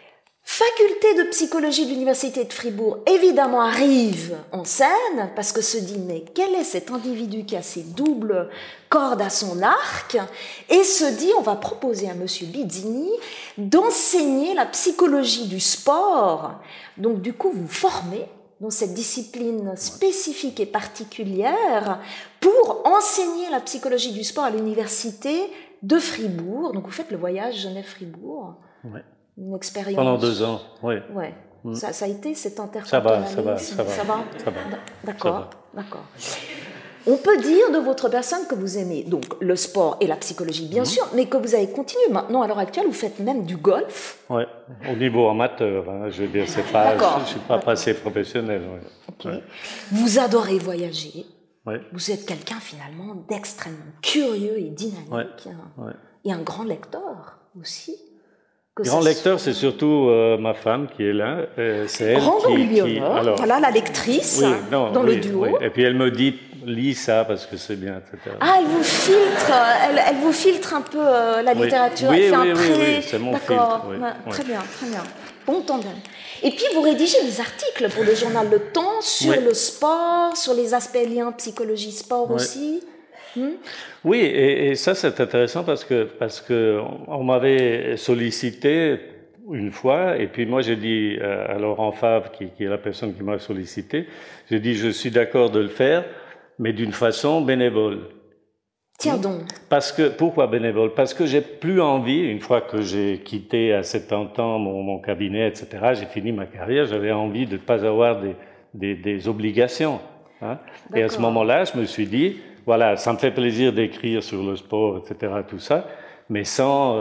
[SPEAKER 10] Faculté de psychologie de l'Université de Fribourg, évidemment, arrive en scène, parce que se dit, mais quel est cet individu qui a ces doubles cordes à son arc, et se dit, on va proposer à monsieur Bizzini d'enseigner la psychologie du sport. Donc, du coup, vous formez dans cette discipline spécifique et particulière pour enseigner la psychologie du sport à l'Université de Fribourg. Donc, vous faites le voyage Genève-Fribourg.
[SPEAKER 11] Ouais.
[SPEAKER 10] Une expérience.
[SPEAKER 11] Pendant deux ans, oui.
[SPEAKER 10] Ouais. Mmh. Ça, ça a été cet intertemporalisme.
[SPEAKER 11] Ça va, ça va, ça va.
[SPEAKER 10] Ça va, d'accord, d'accord. On peut dire de votre personne que vous aimez donc le sport et la psychologie, bien mmh. sûr, mais que vous avez continué. Maintenant, à l'heure actuelle, vous faites même du golf.
[SPEAKER 11] Oui, au niveau amateur. Hein, je veux dire, c'est pas, je ne suis pas passé professionnel. Ouais.
[SPEAKER 10] Okay. Ouais. Vous adorez voyager.
[SPEAKER 11] Ouais.
[SPEAKER 10] Vous êtes quelqu'un finalement d'extrêmement curieux et dynamique.
[SPEAKER 11] Ouais. Hein,
[SPEAKER 10] ouais. Et un grand lecteur aussi.
[SPEAKER 11] Grand lecteur, c'est surtout euh, ma femme qui est là. Euh, c'est elle
[SPEAKER 10] Rendons
[SPEAKER 11] qui,
[SPEAKER 10] lui
[SPEAKER 11] qui
[SPEAKER 10] alors, voilà la lectrice
[SPEAKER 11] oui, non,
[SPEAKER 10] dans
[SPEAKER 11] oui,
[SPEAKER 10] le duo.
[SPEAKER 11] Oui. Et puis elle me dit, lis ça parce que c'est bien, et cetera.
[SPEAKER 10] Ah, elle vous filtre, elle, elle vous filtre un peu euh, la littérature.
[SPEAKER 11] Oui,
[SPEAKER 10] elle fait
[SPEAKER 11] oui,
[SPEAKER 10] un
[SPEAKER 11] oui,
[SPEAKER 10] pré...
[SPEAKER 11] oui, c'est mon
[SPEAKER 10] D'accord.
[SPEAKER 11] filtre. Oui,
[SPEAKER 10] ouais,
[SPEAKER 11] oui.
[SPEAKER 10] Très bien, très bien. Bon tandem. Et puis vous rédigez des articles pour le journal Le Temps sur oui. le sport, sur les aspects liens psychologie-sport oui. aussi. Hmm?
[SPEAKER 11] Oui, et, et ça c'est intéressant parce que parce que on m'avait sollicité une fois, et puis moi j'ai dit euh, à Laurent Favre, qui, qui est la personne qui m'a sollicité, j'ai dit je suis d'accord de le faire, mais d'une façon bénévole.
[SPEAKER 10] Tiens donc.
[SPEAKER 11] Parce que, pourquoi bénévole? Parce que j'ai plus envie, une fois que j'ai quitté à soixante ans mon, mon cabinet, et cetera, j'ai fini ma carrière, j'avais envie de ne pas avoir des, des, des obligations. Hein. Et à ce moment-là, je me suis dit, voilà, ça me fait plaisir d'écrire sur le sport, et cetera, tout ça, mais sans... Euh,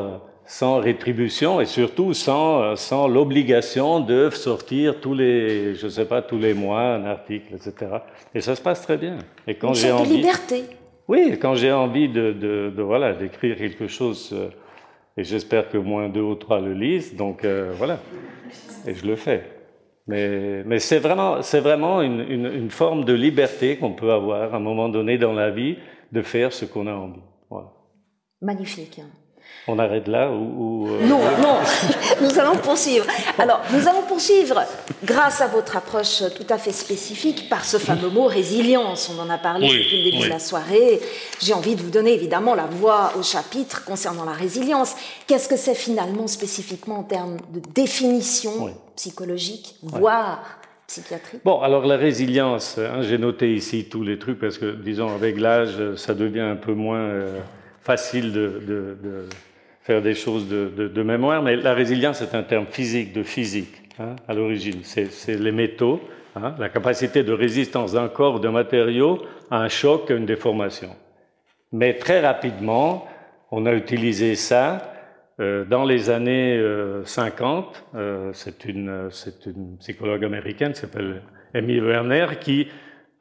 [SPEAKER 11] sans rétribution et surtout sans, sans l'obligation de sortir tous les, je sais pas, tous les mois un article, et cetera. Et ça se passe très bien. Et quand j'ai envie,
[SPEAKER 10] de liberté.
[SPEAKER 11] Oui, quand j'ai envie de, de, de voilà, d'écrire quelque chose, euh, et j'espère que moins deux ou trois le lisent, donc euh, voilà, et je le fais. Mais, mais c'est vraiment, c'est vraiment une, une, une forme de liberté qu'on peut avoir à un moment donné dans la vie, de faire ce qu'on a envie. Voilà.
[SPEAKER 10] Magnifique.
[SPEAKER 11] On arrête là ou, ou euh...
[SPEAKER 10] Non, non, nous allons poursuivre. Alors, nous allons poursuivre grâce à votre approche tout à fait spécifique par ce fameux mot résilience. On en a parlé oui, depuis le début oui. de la soirée. J'ai envie de vous donner évidemment la voix au chapitre concernant la résilience. Qu'est-ce que c'est finalement spécifiquement en termes de définition oui. psychologique, oui. voire psychiatrique?
[SPEAKER 11] Bon, alors la résilience, hein, j'ai noté ici tous les trucs parce que, disons, avec l'âge, ça devient un peu moins euh, facile de... de, de faire des choses de, de, de mémoire, mais la résilience est un terme physique, de physique, hein, à l'origine. C'est, c'est les métaux, hein, la capacité de résistance d'un corps ou d'un matériau à un choc, à une déformation. Mais très rapidement, on a utilisé ça euh, dans les années euh, cinquante. Euh, c'est, une, c'est une psychologue américaine qui s'appelle Emmy Werner qui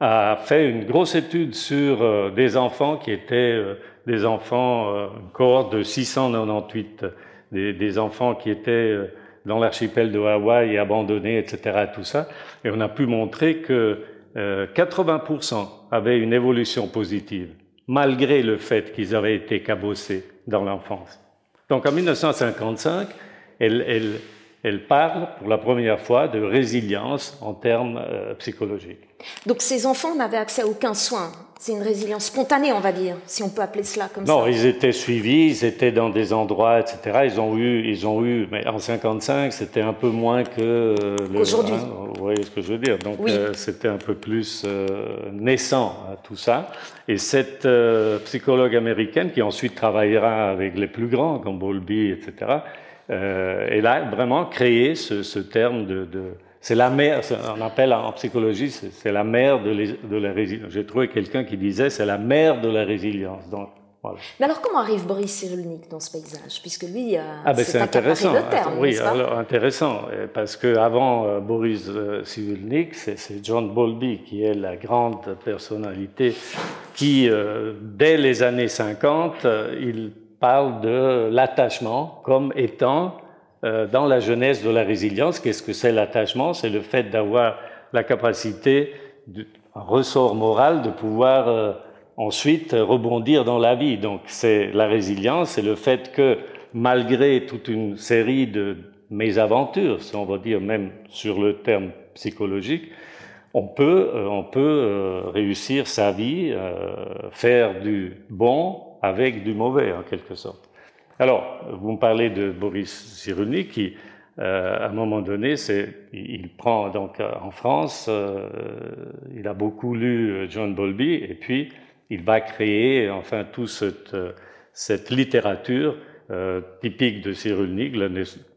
[SPEAKER 11] a fait une grosse étude sur euh, des enfants qui étaient... Euh, des enfants, euh, une cohorte de six cent quatre-vingt-dix-huit, des, des enfants qui étaient euh, dans l'archipel de Hawaï, abandonnés, et cetera, tout ça. Et on a pu montrer que euh, quatre-vingts pour cent avaient une évolution positive, malgré le fait qu'ils avaient été cabossés dans l'enfance. Donc en dix-neuf cent cinquante-cinq, elle, elle, elle parle pour la première fois de résilience en termes euh, psychologiques.
[SPEAKER 10] Donc ces enfants n'avaient accès à aucun soin. C'est une résilience spontanée, on va dire, si on peut appeler cela comme
[SPEAKER 11] non,
[SPEAKER 10] ça.
[SPEAKER 11] Non, ils étaient suivis, ils étaient dans des endroits, et cetera. Ils ont eu, ils ont eu, mais en cinquante-cinq, c'était un peu moins que euh, le.
[SPEAKER 10] Aujourd'hui.
[SPEAKER 11] Hein, vous voyez ce que je veux dire. Donc oui. euh, c'était un peu plus euh, naissant à tout ça. Et cette euh, psychologue américaine qui ensuite travaillera avec les plus grands comme Bowlby, et cetera. Euh, elle a vraiment créé ce, ce terme de, de c'est la mère, on appelle en psychologie, c'est, c'est la mère de, les, de la résilience. J'ai trouvé quelqu'un qui disait c'est la mère de la résilience. Donc, voilà.
[SPEAKER 10] Mais alors comment arrive Boris Cyrulnik dans ce paysage? Puisque lui, euh,
[SPEAKER 11] ah ben, c'est intéressant.
[SPEAKER 10] De terme,
[SPEAKER 11] oui, alors intéressant, parce qu'avant euh, Boris euh, Cyrulnik, c'est, c'est John Bowlby qui est la grande personnalité qui, euh, dès les années cinquante, euh, il parle de l'attachement comme étant dans la jeunesse de la résilience. Qu'est-ce que c'est l'attachement? C'est le fait d'avoir la capacité, un ressort moral, de pouvoir euh, ensuite rebondir dans la vie. Donc c'est la résilience, c'est le fait que malgré toute une série de mésaventures, si on va dire même sur le terme psychologique, on peut, euh, on peut euh, réussir sa vie, euh, faire du bon avec du mauvais en quelque sorte. Alors, vous me parlez de Boris Cyrulnik qui, euh, à un moment donné, c'est, il prend donc en France, euh, il a beaucoup lu John Bowlby et puis il va créer enfin toute cette, cette littérature euh, typique de Cyrulnik, la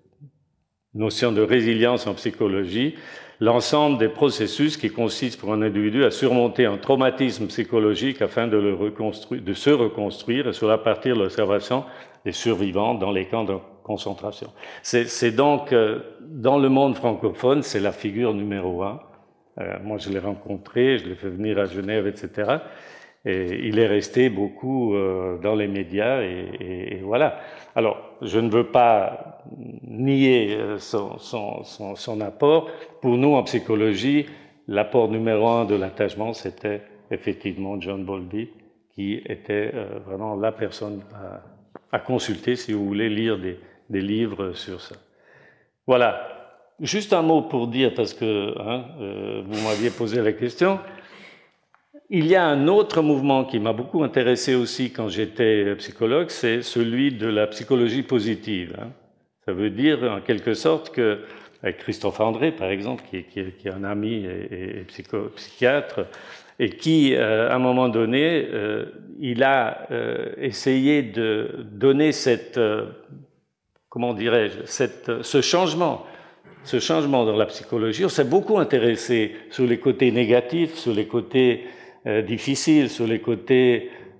[SPEAKER 11] notion de résilience en psychologie, l'ensemble des processus qui consistent pour un individu à surmonter un traumatisme psychologique afin de, le reconstruire, de se reconstruire et sur à partir de l'observation des survivants dans les camps de concentration. C'est, c'est donc, euh, dans le monde francophone, c'est la figure numéro un. Euh, moi, je l'ai rencontré, je l'ai fait venir à Genève, et cetera. Et il est resté beaucoup euh, dans les médias, et, et, et voilà. Alors, je ne veux pas nier son, son, son, son apport. Pour nous, en psychologie, l'apport numéro un de l'attachement, c'était effectivement John Bowlby, qui était euh, vraiment la personne à à consulter si vous voulez lire des, des livres sur ça. Voilà. Juste un mot pour dire, parce que hein, euh, vous m'aviez posé la question. Il y a un autre mouvement qui m'a beaucoup intéressé aussi quand j'étais psychologue, c'est celui de la psychologie positive. Hein. Ça veut dire en quelque sorte que, avec Christophe André par exemple, qui, qui, qui est un ami et, et psycho, psychiatre, et qui, euh, à un moment donné, euh, il a euh, essayé de donner cette, euh, comment dirais-je, cette, ce changement, ce changement dans la psychologie. On s'est beaucoup intéressé sur les côtés négatifs, sur les côtés euh, difficiles, sur les côtés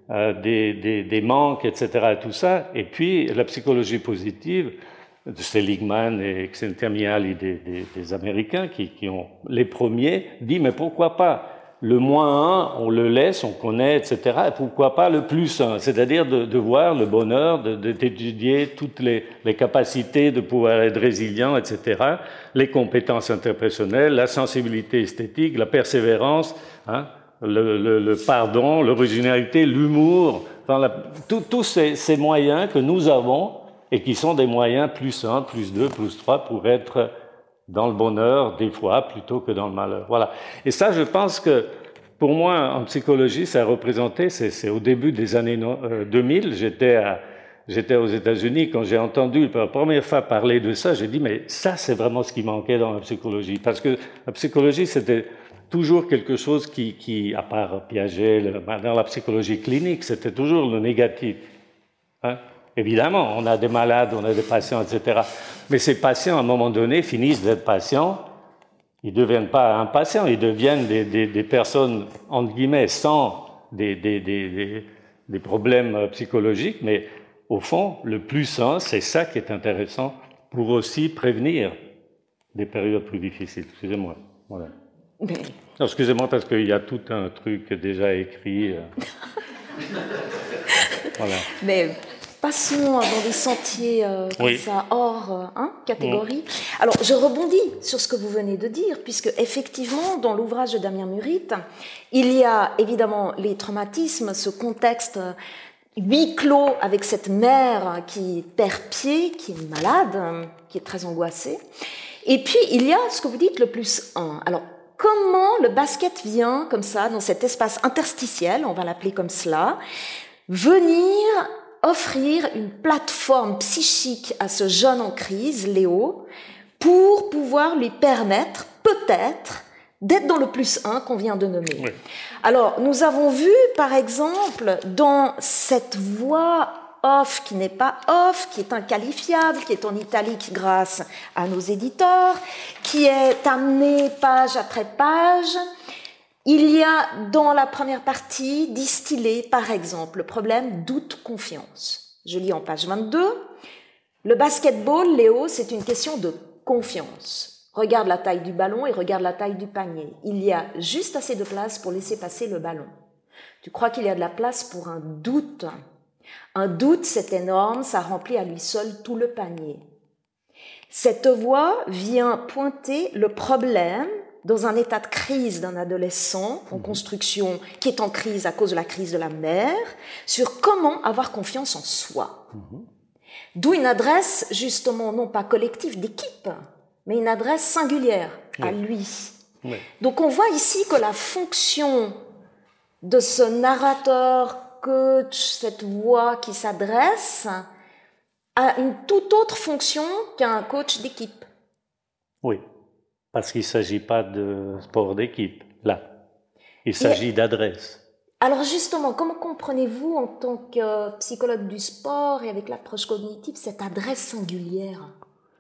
[SPEAKER 11] euh, des, des, des manques, et cetera, tout ça. Et puis, la psychologie positive, de Seligman et Csikszentmihalyi des, des, des Américains, qui, qui ont les premiers, dit, mais pourquoi pas le moins un, on le laisse, on connaît, et cetera. Et pourquoi pas le plus un, c'est-à-dire de, de voir le bonheur, de, de, d'étudier toutes les, les capacités de pouvoir être résilient, et cetera. Les compétences interpersonnelles, la sensibilité esthétique, la persévérance, hein, le, le, le pardon, l'originalité, l'humour, enfin, tous ces, ces moyens que nous avons et qui sont des moyens plus un, plus deux, plus trois pour être dans le bonheur, des fois, plutôt que dans le malheur. Voilà. Et ça, je pense que, pour moi, en psychologie, ça a représenté, c'est, c'est au début des années deux mille, j'étais, à, j'étais aux États-Unis, quand j'ai entendu pour la première fois parler de ça, j'ai dit, mais ça, c'est vraiment ce qui manquait dans la psychologie. Parce que la psychologie, c'était toujours quelque chose qui, qui à part Piaget, le, dans la psychologie clinique, c'était toujours le négatif. Hein? Évidemment, on a des malades, on a des patients, et cetera. Mais ces patients, à un moment donné, finissent d'être patients. Ils ne deviennent pas impatients, ils deviennent des, des, des personnes, entre guillemets, sans des, des, des, des, des problèmes psychologiques. Mais au fond, le plus sain, c'est ça qui est intéressant pour aussi prévenir des périodes plus difficiles. Excusez-moi. Voilà.
[SPEAKER 10] Mais...
[SPEAKER 11] Non, excusez-moi parce qu'il y a tout un truc déjà écrit. Voilà.
[SPEAKER 10] Mais... Passons dans des sentiers euh, comme oui. ça, hors euh, hein, catégorie. Oui. Alors, je rebondis sur ce que vous venez de dire, puisque effectivement, dans l'ouvrage de Damien Murit, il y a évidemment les traumatismes, ce contexte huis clos avec cette mère qui perd pied, qui est malade, qui est très angoissée. Et puis, il y a ce que vous dites, le plus un. Alors, comment le basket vient, comme ça, dans cet espace interstitiel, on va l'appeler comme cela, venir... offrir une plateforme psychique à ce jeune en crise, Léo, pour pouvoir lui permettre, peut-être, d'être dans le plus un qu'on vient de nommer. Oui. Alors, nous avons vu, par exemple, dans cette voix off qui n'est pas off, qui est inqualifiable, qui est en italique grâce à nos éditeurs, qui est amenée page après page... Il y a dans la première partie distillé, par exemple, le problème doute-confiance. Je lis en page vingt-deux. Le basketball, Léo, c'est une question de confiance. Regarde la taille du ballon et regarde la taille du panier. Il y a juste assez de place pour laisser passer le ballon. Tu crois qu'il y a de la place pour un doute? Un doute, c'est énorme, ça remplit à lui seul tout le panier. Cette voix vient pointer le problème dans un état de crise d'un adolescent en construction qui est en crise à cause de la crise de la mère, sur comment avoir confiance en soi. Mmh. D'où une adresse, justement, non pas collective d'équipe, mais une adresse singulière oui. à lui. Oui. Donc on voit ici que la fonction de ce narrateur, coach, cette voix qui s'adresse, a une toute autre fonction qu'un coach d'équipe.
[SPEAKER 11] Oui. Parce qu'il ne s'agit pas de sport d'équipe, là. Il s'agit et, d'adresse.
[SPEAKER 10] Alors justement, comment comprenez-vous, en tant que psychologue du sport et avec l'approche cognitive, cette adresse singulière?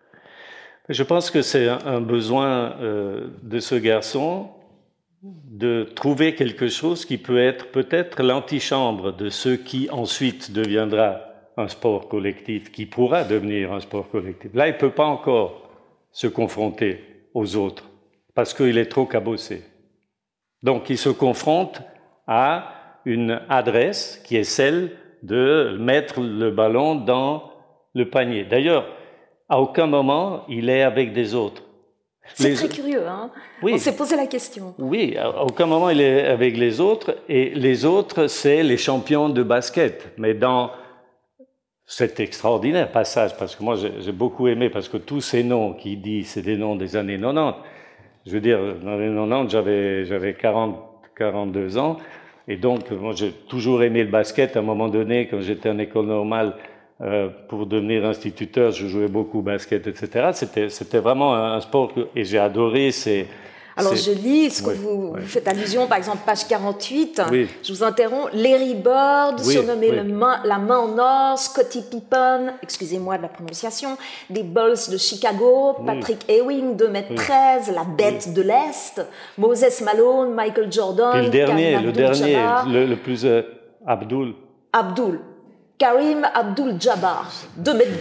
[SPEAKER 11] Je pense que c'est un besoin euh, de ce garçon de trouver quelque chose qui peut être peut-être l'antichambre de ce qui ensuite deviendra un sport collectif, qui pourra devenir un sport collectif. Là, il ne peut pas encore se confronter aux autres, parce qu'il est trop cabossé. Donc, il se confronte à une adresse qui est celle de mettre le ballon dans le panier. D'ailleurs, à aucun moment, il est avec des autres.
[SPEAKER 10] C'est les... très curieux, hein? Oui. On s'est posé la question.
[SPEAKER 11] Oui, à aucun moment, il est avec les autres, et les autres, c'est les champions de basket. Mais dans cet extraordinaire passage, parce que moi j'ai beaucoup aimé, parce que tous ces noms qu'il dit, c'est des noms des années quatre-vingt-dix. Je veux dire, dans les quatre-vingt-dix, j'avais, j'avais quarante, quarante-deux ans, et donc moi j'ai toujours aimé le basket. À un moment donné, quand j'étais en école normale, euh, pour devenir instituteur, je jouais beaucoup au basket, et cetera. C'était, c'était vraiment un sport que, et j'ai adoré ces...
[SPEAKER 10] Alors
[SPEAKER 11] c'est...
[SPEAKER 10] je lis ce que oui, vous, oui. vous faites allusion, par exemple, page quarante-huit, oui. je vous interromps, Larry Bird, oui, surnommé oui. Le main, la main en or, Scottie Pippen, excusez-moi de la prononciation, des Bulls de Chicago, oui. Patrick Ewing, deux mètres treize, oui. la bête oui. de l'Est, Moses Malone, Michael Jordan,
[SPEAKER 11] et le dernier, le dernier, le, le plus... Euh, Abdul.
[SPEAKER 10] Abdul. Karim Abdul-Jabbar, deux mètres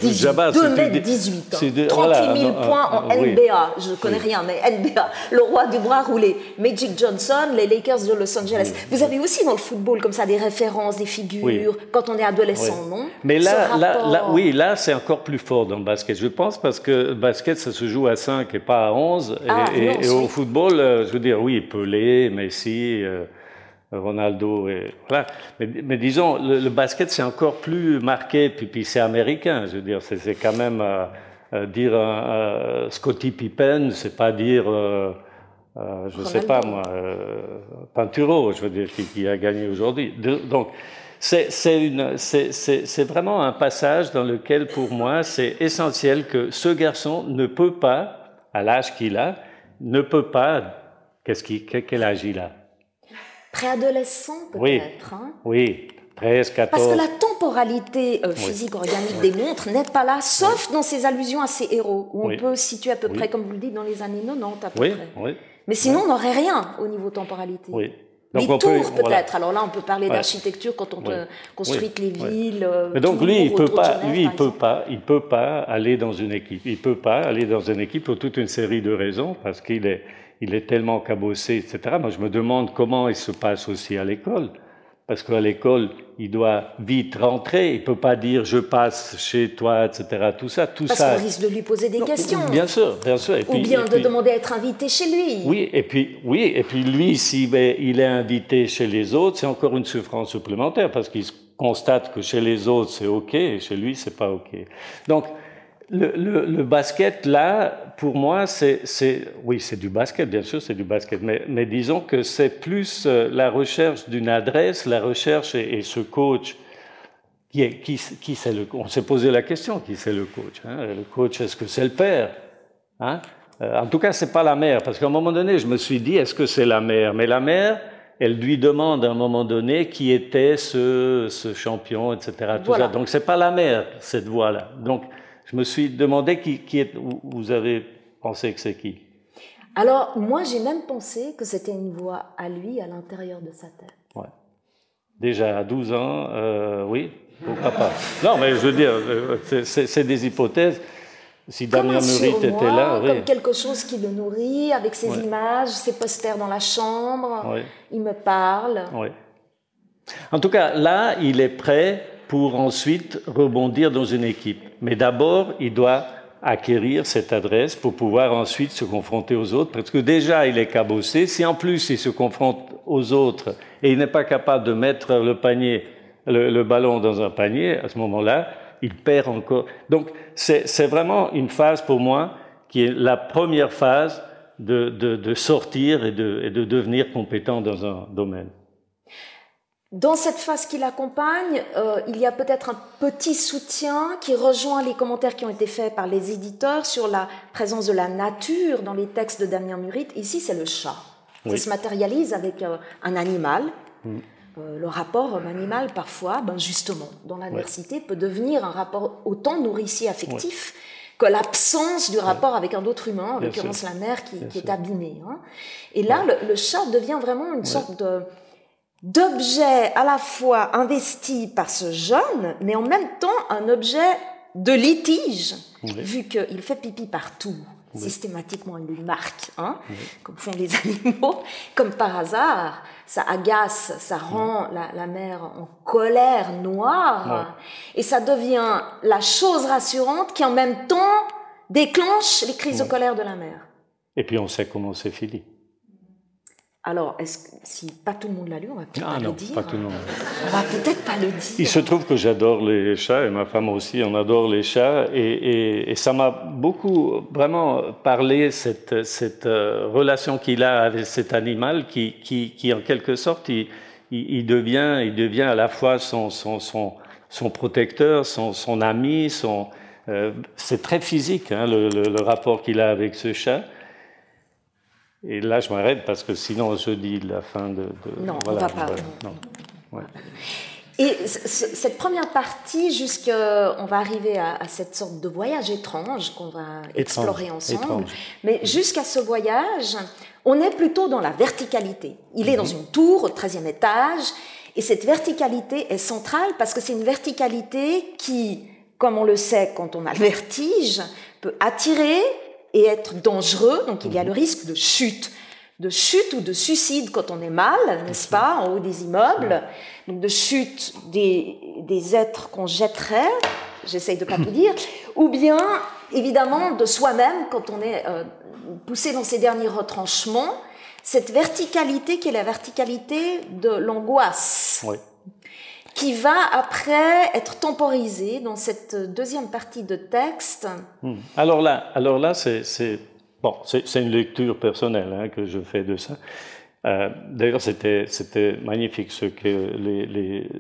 [SPEAKER 10] dix-huit, trente-huit mille points en N B A, oui. Je ne connais oui. rien, mais N B A, le roi du bras roulé, Magic Johnson, les Lakers de Los Angeles. Oui. Vous avez aussi dans le football comme ça des références, des figures, oui. quand on est adolescent, oui. non?
[SPEAKER 11] Mais là, rapport... là, là, oui, là c'est encore plus fort dans le basket, je pense, parce que le basket, ça se joue à cinq et pas à onze, ah, et, non, et, et au football, je veux dire, oui, Pelé, Messi... Euh, Ronaldo, et voilà. Mais, mais disons, le, le basket, c'est encore plus marqué, puis, puis c'est américain, je veux dire, c'est, c'est quand même euh, euh, dire euh, Scottie Pippen, c'est pas dire, euh, euh, je Ronaldo. sais pas moi, euh, Pinturo, je veux dire, qui, qui a gagné aujourd'hui. De, donc, c'est, c'est, une, c'est, c'est, c'est vraiment un passage dans lequel, pour moi, c'est essentiel que ce garçon ne peut pas, à l'âge qu'il a, ne peut pas, qu'est-ce qu'il, quel âge il a?
[SPEAKER 10] Préadolescent peut-être.
[SPEAKER 11] Oui,
[SPEAKER 10] hein?
[SPEAKER 11] oui, treize, quatorze.
[SPEAKER 10] Parce que la temporalité euh, physique, oui. organique oui. des montres n'est pas là, sauf oui. dans ces allusions à ces héros, où oui. on peut se situer à peu oui. près, comme vous le dites, dans les années quatre-vingt-dix à peu
[SPEAKER 11] oui.
[SPEAKER 10] près.
[SPEAKER 11] Oui.
[SPEAKER 10] Mais sinon, oui. on n'aurait rien au niveau temporalité.
[SPEAKER 11] Oui.
[SPEAKER 10] Donc les
[SPEAKER 11] on
[SPEAKER 10] tours
[SPEAKER 11] peut,
[SPEAKER 10] peut-être,
[SPEAKER 11] voilà.
[SPEAKER 10] alors là on peut parler ouais. d'architecture quand on oui. construit oui. les villes. Oui.
[SPEAKER 11] Mais donc lui, il peut pas, Genève, lui, il peut pas, il peut pas aller dans une équipe. Il peut pas aller dans une équipe pour toute une série de raisons, parce qu'il est, il est tellement cabossé, et cetera. Moi, je me demande comment il se passe aussi à l'école, parce qu'à l'école, il doit vite rentrer. Il peut pas dire je passe chez toi, et cetera. Tout ça, tout
[SPEAKER 10] parce
[SPEAKER 11] ça.
[SPEAKER 10] Parce qu'on risque de lui poser des non, questions.
[SPEAKER 11] Bien sûr, bien sûr. Et
[SPEAKER 10] Ou
[SPEAKER 11] puis,
[SPEAKER 10] bien
[SPEAKER 11] et
[SPEAKER 10] de
[SPEAKER 11] puis,
[SPEAKER 10] demander à être invité chez lui.
[SPEAKER 11] Oui, et puis, oui, et puis lui, si ben, il est invité chez les autres, c'est encore une souffrance supplémentaire, parce qu'il constate que chez les autres c'est ok, et chez lui c'est pas ok. Donc le, le, le basket là, pour moi, c'est, c'est, oui, c'est du basket, bien sûr, c'est du basket, mais, mais disons que c'est plus la recherche d'une adresse, la recherche et, et ce coach. Qui, est, qui, qui c'est le, on s'est posé la question, qui c'est le coach, hein? Le coach, est-ce que c'est le père, hein? euh, En tout cas, c'est pas la mère, parce qu'à un moment donné, je me suis dit, est-ce que c'est la mère? Mais la mère, elle lui demande à un moment donné qui était ce, ce champion, et cetera. Tout voilà. ça. Donc, c'est pas la mère, cette voix-là. Donc, je me suis demandé qui, qui est. Vous avez pensé que c'est qui?
[SPEAKER 10] Alors, moi, j'ai même pensé que c'était une voix à lui, à l'intérieur de sa tête.
[SPEAKER 11] Ouais. Déjà à douze ans, euh, oui. Pourquoi pas? Non, mais je veux dire, c'est, c'est, c'est des hypothèses. Si Damien Murit était là,
[SPEAKER 10] comme
[SPEAKER 11] oui.
[SPEAKER 10] quelque chose qui le nourrit, avec ses
[SPEAKER 11] oui.
[SPEAKER 10] images, ses posters dans la chambre,
[SPEAKER 11] oui.
[SPEAKER 10] il me parle.
[SPEAKER 11] Oui. En tout cas, là, il est prêt pour ensuite rebondir dans une équipe. Mais d'abord, il doit acquérir cette adresse pour pouvoir ensuite se confronter aux autres, parce que déjà, il est cabossé. Si en plus, il se confronte aux autres et il n'est pas capable de mettre le panier Le, le ballon dans un panier, à ce moment-là, il perd encore. Donc, c'est, c'est vraiment une phase pour moi qui est la première phase de, de, de sortir et de, et de devenir compétent dans un domaine.
[SPEAKER 10] Dans cette phase qui l'accompagne, euh, il y a peut-être un petit soutien qui rejoint les commentaires qui ont été faits par les éditeurs sur la présence de la nature dans les textes de Damien Murit. Ici, c'est le chat. Oui. Ça se matérialise avec euh, un animal. Mm. Le rapport homme-animal, parfois, ben justement, dans l'adversité, ouais. peut devenir un rapport autant nourricier affectif ouais. que l'absence du rapport ouais. avec un autre humain, en Bien l'occurrence sûr. la mère qui, qui est abîmée. Hein. Et là, ouais. le, le chat devient vraiment une ouais. sorte de, d'objet à la fois investi par ce jeune, mais en même temps un objet de litige, ouais. vu qu'il fait pipi partout. Oui. Systématiquement, il lui marque, hein, oui. comme font les animaux, comme par hasard, ça agace, ça rend oui. la, la mère en colère noire, oui. et ça devient la chose rassurante qui en même temps déclenche les crises oui. de colère de la mère.
[SPEAKER 11] Et puis on sait comment c'est fini.
[SPEAKER 10] Alors, est-ce que, si pas tout le monde l'a lu, on va peut-être
[SPEAKER 11] ah
[SPEAKER 10] pas
[SPEAKER 11] non,
[SPEAKER 10] le dire.
[SPEAKER 11] Pas tout le monde.
[SPEAKER 10] On va peut-être pas le dire.
[SPEAKER 11] Il se trouve que j'adore les chats, et ma femme aussi, on adore les chats, et, et, et ça m'a beaucoup vraiment parlé, cette, cette euh, relation qu'il a avec cet animal qui, qui, qui en quelque sorte, il, il, il, devient, il devient à la fois son, son, son, son protecteur, son, son ami, son, euh, c'est très physique, hein, le, le, le rapport qu'il a avec ce chat. Et là, je m'arrête parce que sinon, je dis la fin de... de
[SPEAKER 10] non,
[SPEAKER 11] voilà,
[SPEAKER 10] on ne va pas.
[SPEAKER 11] Voilà, non. Ouais.
[SPEAKER 10] Et c- cette première partie, jusqu'à, on va arriver à, à cette sorte de voyage étrange qu'on va étrange, explorer ensemble. Étrange. Mais jusqu'à ce voyage, on est plutôt dans la verticalité. Il mm-hmm. est dans une tour au treizième étage Et cette verticalité est centrale parce que c'est une verticalité qui, comme on le sait quand on a le vertige, peut attirer et être dangereux. Donc il y a le risque de chute, de chute ou de suicide quand on est mal, n'est-ce pas, en haut des immeubles. Donc de chute des, des êtres qu'on jetterait, j'essaye de ne pas tout dire, ou bien évidemment de soi-même quand on est euh, poussé dans ces derniers retranchements. Cette verticalité qui est la verticalité de l'angoisse, oui. qui va après être temporisée dans cette deuxième partie de texte.
[SPEAKER 11] Hmm. Alors là, alors là c'est, c'est, bon, c'est, c'est une lecture personnelle hein, que je fais de ça. Euh, d'ailleurs, c'était, c'était magnifique ce que les, les,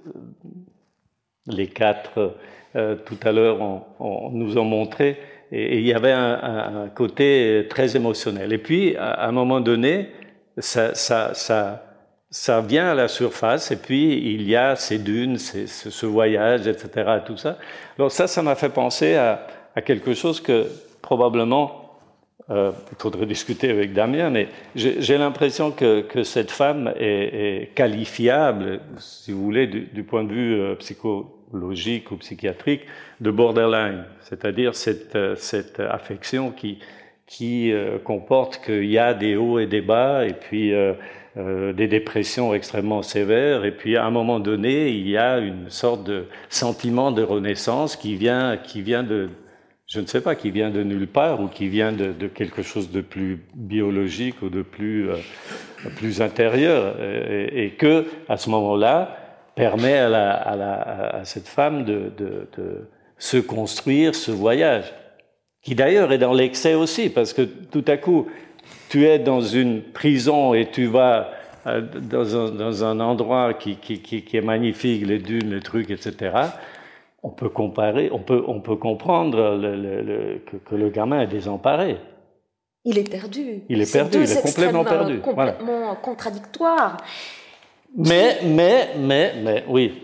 [SPEAKER 11] les quatre, euh, tout à l'heure, on, on nous ont montré. Et il y avait un, un, un côté très émotionnel. Et puis, à un moment donné, ça, ça, ça, ça vient à la surface, et puis il y a ces dunes, ces, ce voyage, et cetera, tout ça. Alors ça, ça m'a fait penser à, à quelque chose que, probablement, euh, il faudrait discuter avec Damien, mais j'ai, j'ai l'impression que, que cette femme est, est qualifiable, si vous voulez, du, du point de vue euh, psychologique ou psychiatrique, de borderline, c'est-à-dire cette, cette affection qui, qui euh, comporte qu'il y a des hauts et des bas, et puis euh, euh, des dépressions extrêmement sévères, et puis à un moment donné, il y a une sorte de sentiment de renaissance qui vient, qui vient de, je ne sais pas, qui vient de nulle part, ou qui vient de, de quelque chose de plus biologique ou de plus, euh, plus intérieur, et, et que, à ce moment-là, permet à, la, à, la, à cette femme de, de, de se construire ce voyage, qui d'ailleurs est dans l'excès aussi, parce que tout à coup, tu es dans une prison et tu vas dans un, dans un endroit qui, qui, qui, qui est magnifique, les dunes, les trucs, et cetera. On peut comparer, on peut, on peut comprendre le, le, le, que, que le gamin est désemparé.
[SPEAKER 10] Il est perdu.
[SPEAKER 11] Il est perdu, il est complètement perdu.
[SPEAKER 10] Complètement voilà. contradictoire.
[SPEAKER 11] Mais, mais, mais, mais, oui.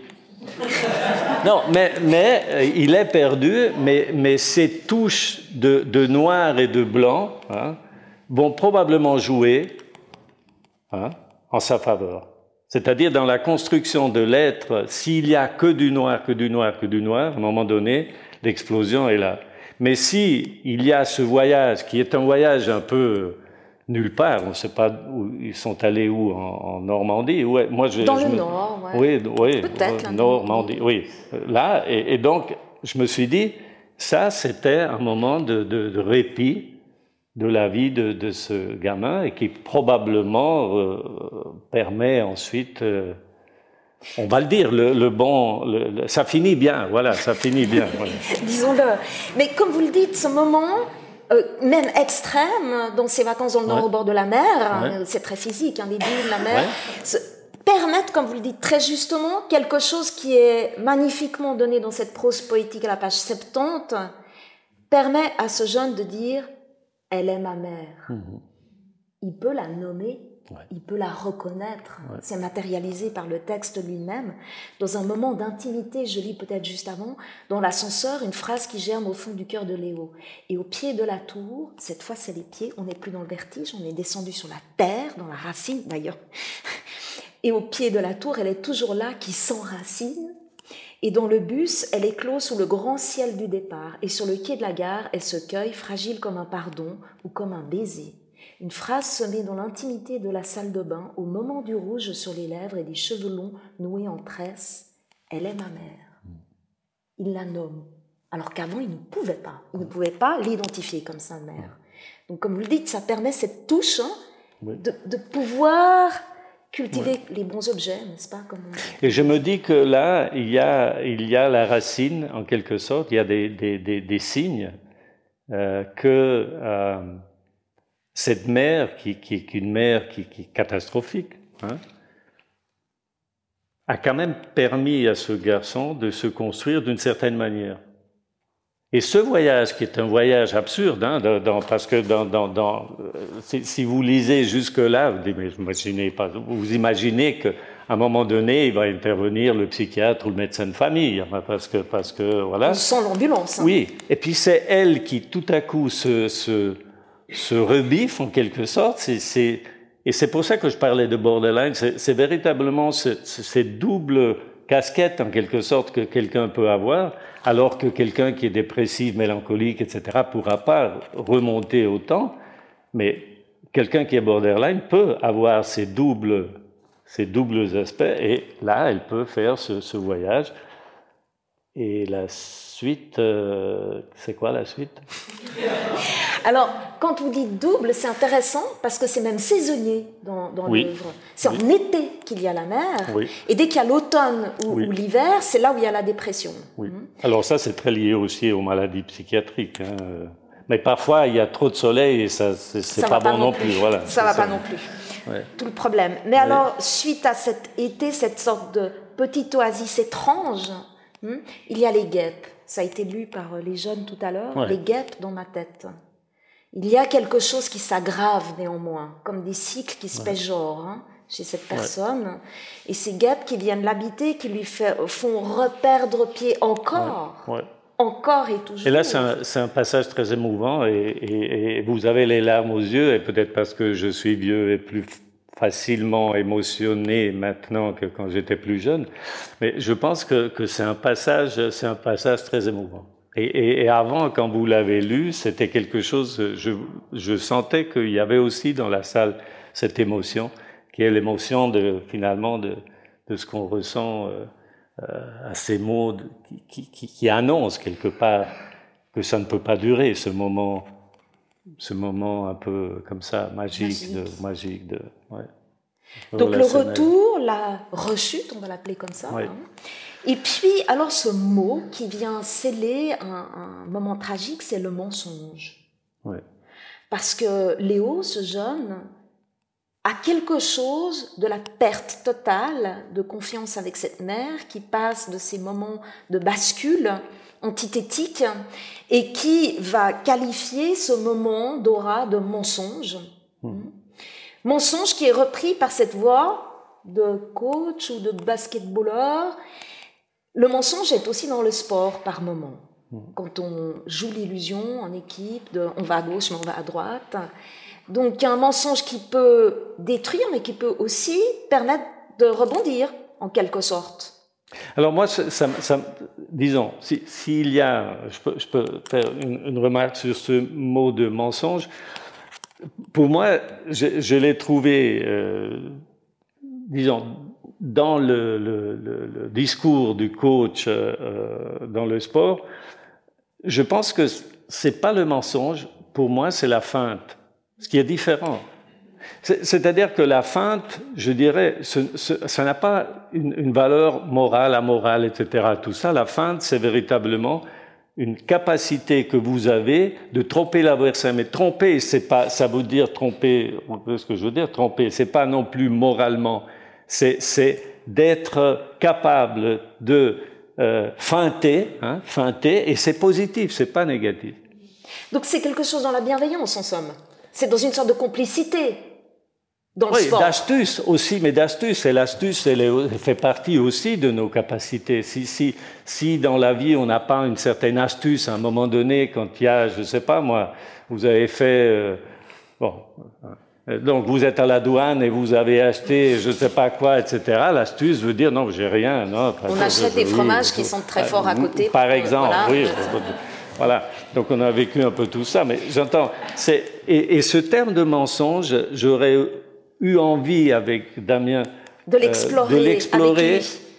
[SPEAKER 11] Non, mais, mais euh, il est perdu, mais, mais ces touches de, de noir et de blanc hein, vont probablement jouer hein, en sa faveur. C'est-à-dire dans la construction de l'être, s'il n'y a que du noir, que du noir, que du noir, à un moment donné, l'explosion est là. Mais si il y a ce voyage, qui est un voyage un peu nulle part, on ne sait pas où ils sont allés où, en, en Normandie. Ouais, moi, je,
[SPEAKER 10] Dans
[SPEAKER 11] je
[SPEAKER 10] le
[SPEAKER 11] me...
[SPEAKER 10] Nord, ouais.
[SPEAKER 11] Oui, oui,
[SPEAKER 10] peut-être.
[SPEAKER 11] Ouais, Normandie, oui. Là, et, et donc, je me suis dit, ça, c'était un moment de, de, de répit de la vie de, de ce gamin et qui probablement euh, permet ensuite, euh, on va le dire, le, le bon, le, le, ça finit bien, voilà, ça finit bien. Voilà.
[SPEAKER 10] Disons-le. Mais comme vous le dites, ce moment, euh, même extrême, dans ces vacances dans le Nord ouais. au bord de la mer, ouais. hein, c'est très physique, hein, les dunes, la mer, ouais. se, permettent, comme vous le dites très justement, quelque chose qui est magnifiquement donné dans cette prose poétique à la page soixante-dix, permet à ce jeune de dire « elle est ma mère mmh. ». Il peut la nommer, ouais. il peut la reconnaître, ouais. c'est matérialisé par le texte lui-même. Dans un moment d'intimité, je lis peut-être juste avant, dans l'ascenseur, une phrase qui germe au fond du cœur de Léo. Et au pied de la tour, cette fois c'est les pieds, on n'est plus dans le vertige, on est descendu sur la terre, dans la racine d'ailleurs. Et au pied de la tour, elle est toujours là, qui s'enracine. Et dans le bus, elle éclot sous le grand ciel du départ. Et sur le quai de la gare, elle se cueille, fragile comme un pardon ou comme un baiser. Une phrase semée dans l'intimité de la salle de bain, au moment du rouge sur les lèvres et des cheveux longs noués en tresse. Elle est ma mère. Il la nomme. Alors qu'avant, il ne pouvait pas. Il ne pouvait pas l'identifier comme sa mère. Donc, comme vous le dites, ça permet cette touche hein, oui. de, de pouvoir cultiver oui. les bons objets, n'est-ce pas comme on...
[SPEAKER 11] Et je me dis que là, il y a, il y a la racine, en quelque sorte, il y a des, des, des, des signes euh, que euh, cette mère, qui, qui est une mère qui, qui est catastrophique, hein, a quand même permis à ce garçon de se construire d'une certaine manière. Et ce voyage, qui est un voyage absurde, hein, dans, dans, parce que dans, dans, dans, si, si vous lisez jusque-là, vous, mais imaginez pas, vous imaginez qu'à un moment donné, il va intervenir le psychiatre ou le médecin de famille, parce que, parce que voilà.
[SPEAKER 10] Sans l'ambulance. Hein.
[SPEAKER 11] Oui, et puis c'est elle qui, tout à coup, se, se, se rebiffe en quelque sorte. C'est, c'est, et c'est pour ça que je parlais de borderline, c'est, c'est véritablement cette, cette double casquette, en quelque sorte, que quelqu'un peut avoir, alors que quelqu'un qui est dépressif, mélancolique, et cetera, ne pourra pas remonter autant, mais quelqu'un qui est borderline peut avoir ces doubles, ces doubles aspects, et là, elle peut faire ce, ce voyage. Et la suite, euh, c'est quoi la suite?
[SPEAKER 10] Alors, quand vous dites double, c'est intéressant parce que c'est même saisonnier dans, dans
[SPEAKER 11] oui.
[SPEAKER 10] le livre. C'est
[SPEAKER 11] oui.
[SPEAKER 10] en été qu'il y a la mer,
[SPEAKER 11] oui.
[SPEAKER 10] et dès qu'il y a l'automne ou,
[SPEAKER 11] oui.
[SPEAKER 10] ou l'hiver, c'est là où il y a la dépression.
[SPEAKER 11] Oui. Mmh. Alors ça, c'est très lié aussi aux maladies psychiatriques. Hein. Mais parfois, il y a trop de soleil et ça, c'est, c'est pas, pas bon non plus. plus. Voilà,
[SPEAKER 10] ça va
[SPEAKER 11] ça.
[SPEAKER 10] pas non plus.
[SPEAKER 11] Ouais.
[SPEAKER 10] Tout le problème. Mais ouais. alors, suite à cet été, cette sorte de petite oasis étrange, hmm, il y a les guêpes. Ça a été lu par les jeunes tout à l'heure. Ouais. Les guêpes dans ma tête. Il y a quelque chose qui s'aggrave néanmoins, comme des cycles qui se ouais. péjorent hein, chez cette personne. Ouais. Et ces guêpes qui viennent l'habiter, qui lui fait, font reperdre pied encore. Ouais. Ouais. Encore et toujours.
[SPEAKER 11] Et là, c'est un, c'est un passage très émouvant et, et, et vous avez les larmes aux yeux, et peut-être parce que je suis vieux et plus facilement émotionné maintenant que quand j'étais plus jeune, mais je pense que, que c'est un passage, c'est un passage très émouvant. Et, et, et avant, quand vous l'avez lu, c'était quelque chose, je, je sentais qu'il y avait aussi dans la salle cette émotion, qui est l'émotion de, finalement, de, de ce qu'on ressent euh, à ces mots de, qui, qui, qui annoncent quelque part que ça ne peut pas durer, ce moment, ce moment un peu comme ça, magique, magique. de, magique de, ouais.
[SPEAKER 10] Donc le retour, la rechute, on va l'appeler comme ça. Ouais. Hein. Et puis, alors ce mot qui vient sceller un, un moment tragique, c'est le mensonge.
[SPEAKER 11] Ouais.
[SPEAKER 10] Parce que Léo, ce jeune, a quelque chose de la perte totale de confiance avec cette mère qui passe de ces moments de bascule antithétique et qui va qualifier ce moment d'aura de mensonge. Mmh. Mensonge qui est repris par cette voix de coach ou de basketballeur. Le mensonge est aussi dans le sport par moment. Mmh. Quand on joue l'illusion en équipe, de on va à gauche mais on va à droite. Donc un mensonge qui peut détruire, mais qui peut aussi permettre de rebondir, en quelque sorte.
[SPEAKER 11] Alors moi, ça, ça, ça, disons, s'il si y a, je peux, je peux faire une, une remarque sur ce mot de mensonge. Pour moi, je, je l'ai trouvé, euh, disons, dans le, le, le, le discours du coach euh, dans le sport, je pense que c'est pas le mensonge, pour moi, c'est la feinte. Ce qui est différent. C'est-à-dire que la feinte, je dirais, ce, ce, ça n'a pas une, une valeur morale, amorale, et cetera. Tout ça, la feinte, c'est véritablement une capacité que vous avez de tromper l'adversaire. Mais tromper, c'est pas, ça veut dire tromper, ce que je veux dire, tromper, c'est pas non plus moralement. C'est, c'est d'être capable de euh, feinter, hein, feinter, et c'est positif, c'est pas négatif.
[SPEAKER 10] Donc c'est quelque chose dans la bienveillance, en somme. C'est dans une sorte de complicité dans le
[SPEAKER 11] oui,
[SPEAKER 10] sport.
[SPEAKER 11] D'astuce aussi, mais d'astuce. Et l'astuce, elle, est, elle fait partie aussi de nos capacités. Si, si, si dans la vie, on n'a pas une certaine astuce, à un moment donné, quand il y a, je ne sais pas moi, vous avez fait... Euh, bon, donc vous êtes à la douane et vous avez acheté je ne sais pas quoi, et cetera. L'astuce veut dire, non, j'ai rien. Non,
[SPEAKER 10] on achète des fromages oui, qui sont très forts à côté.
[SPEAKER 11] Par exemple,
[SPEAKER 10] voilà.
[SPEAKER 11] oui. Voilà, donc on a vécu un peu tout ça, mais j'entends. C'est, et, et ce terme de mensonge, j'aurais eu envie avec Damien
[SPEAKER 10] de l'explorer, euh, de l'explorer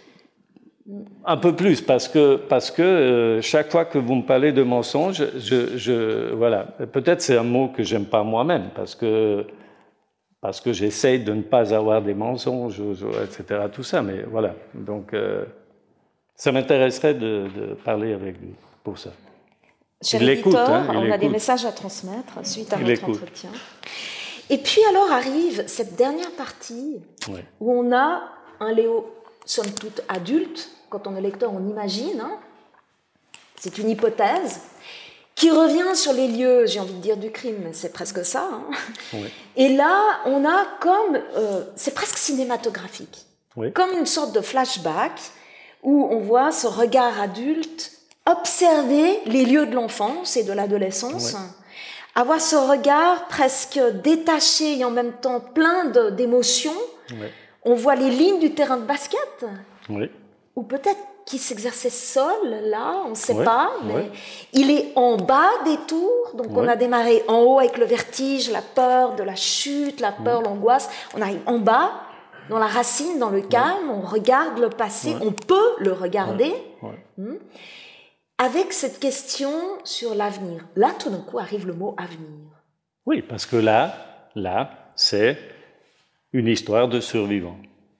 [SPEAKER 11] un peu plus, parce que parce que euh, chaque fois que vous me parlez de mensonge, je, je voilà, peut-être c'est un mot que j'aime pas moi-même, parce que parce que j'essaye de ne pas avoir des mensonges, et cetera. Tout ça, mais voilà. Donc euh, ça m'intéresserait de, de parler avec lui pour ça.
[SPEAKER 10] Cher éditeur, hein, on écoute. A des messages à transmettre suite à il notre écoute. Entretien. Et puis alors arrive cette dernière partie ouais. où on a un Léo, somme toute adulte, quand on est lecteur, on imagine, hein, c'est une hypothèse, qui revient sur les lieux, j'ai envie de dire du crime, mais c'est presque ça. Hein. Ouais. Et là, on a comme, euh, c'est presque cinématographique, ouais. comme une sorte de flashback où on voit ce regard adulte observer les lieux de l'enfance et de l'adolescence, ouais. avoir ce regard presque détaché et en même temps plein de, d'émotions. Oui. On voit les lignes du terrain de basket, oui. ou peut-être qu'il s'exerçait seul, là, on ne sait oui. pas, mais oui. il est en bas des tours, donc oui. on a démarré en haut avec le vertige, la peur de la chute, la peur, oui. l'angoisse, on arrive en bas, dans la racine, dans le calme, oui. on regarde le passé, oui. on peut le regarder, oui. Oui. Hmm, avec cette question sur l'avenir. Là, tout d'un coup, arrive le mot « avenir ».
[SPEAKER 11] Oui, parce que là, là, c'est une histoire de survivants.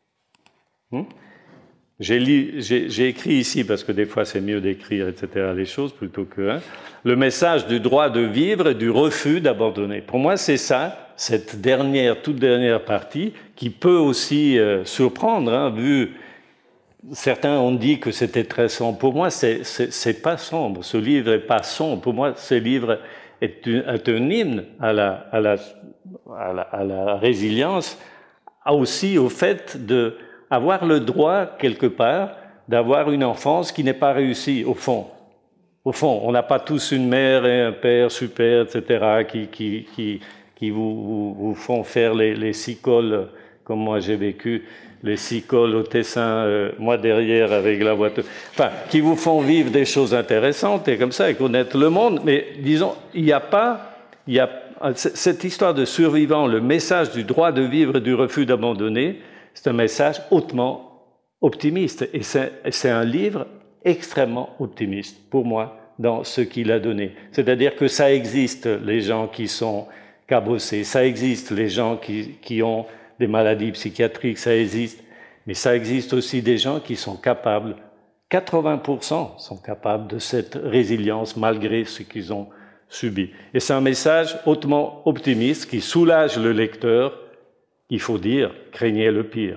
[SPEAKER 11] Hmm? J'ai, lu, j'ai, j'ai écrit ici, parce que des fois c'est mieux d'écrire, et cetera, les choses plutôt que... Hein, le message du droit de vivre et du refus d'abandonner. Pour moi, c'est ça, cette dernière, toute dernière partie, qui peut aussi euh, surprendre, hein, vu... Certains ont dit que c'était très sombre. Pour moi, c'est, c'est, c'est pas sombre. Ce livre est pas sombre. Pour moi, ce livre est, une, est un hymne à la, à la, à la, à la résilience, aussi au fait de avoir le droit, quelque part, d'avoir une enfance qui n'est pas réussie, au fond. Au fond, on n'a pas tous une mère et un père super, et cetera, qui, qui, qui, qui vous, vous, vous font faire les, les six cols, comme moi j'ai vécu, les six cols au Tessin, euh, moi derrière avec la voiture, enfin, qui vous font vivre des choses intéressantes et comme ça, et connaître le monde. Mais disons, il n'y a pas, il y a cette histoire de survivant, le message du droit de vivre et du refus d'abandonner, c'est un message hautement optimiste. Et c'est, c'est un livre extrêmement optimiste, pour moi, dans ce qu'il a donné. C'est-à-dire que ça existe, les gens qui sont cabossés, ça existe, les gens qui, qui ont des maladies psychiatriques, ça existe, mais ça existe aussi des gens qui sont capables, quatre-vingts pour cent sont capables de cette résilience malgré ce qu'ils ont subi. Et c'est un message hautement optimiste qui soulage le lecteur. Il faut dire, craignez le pire.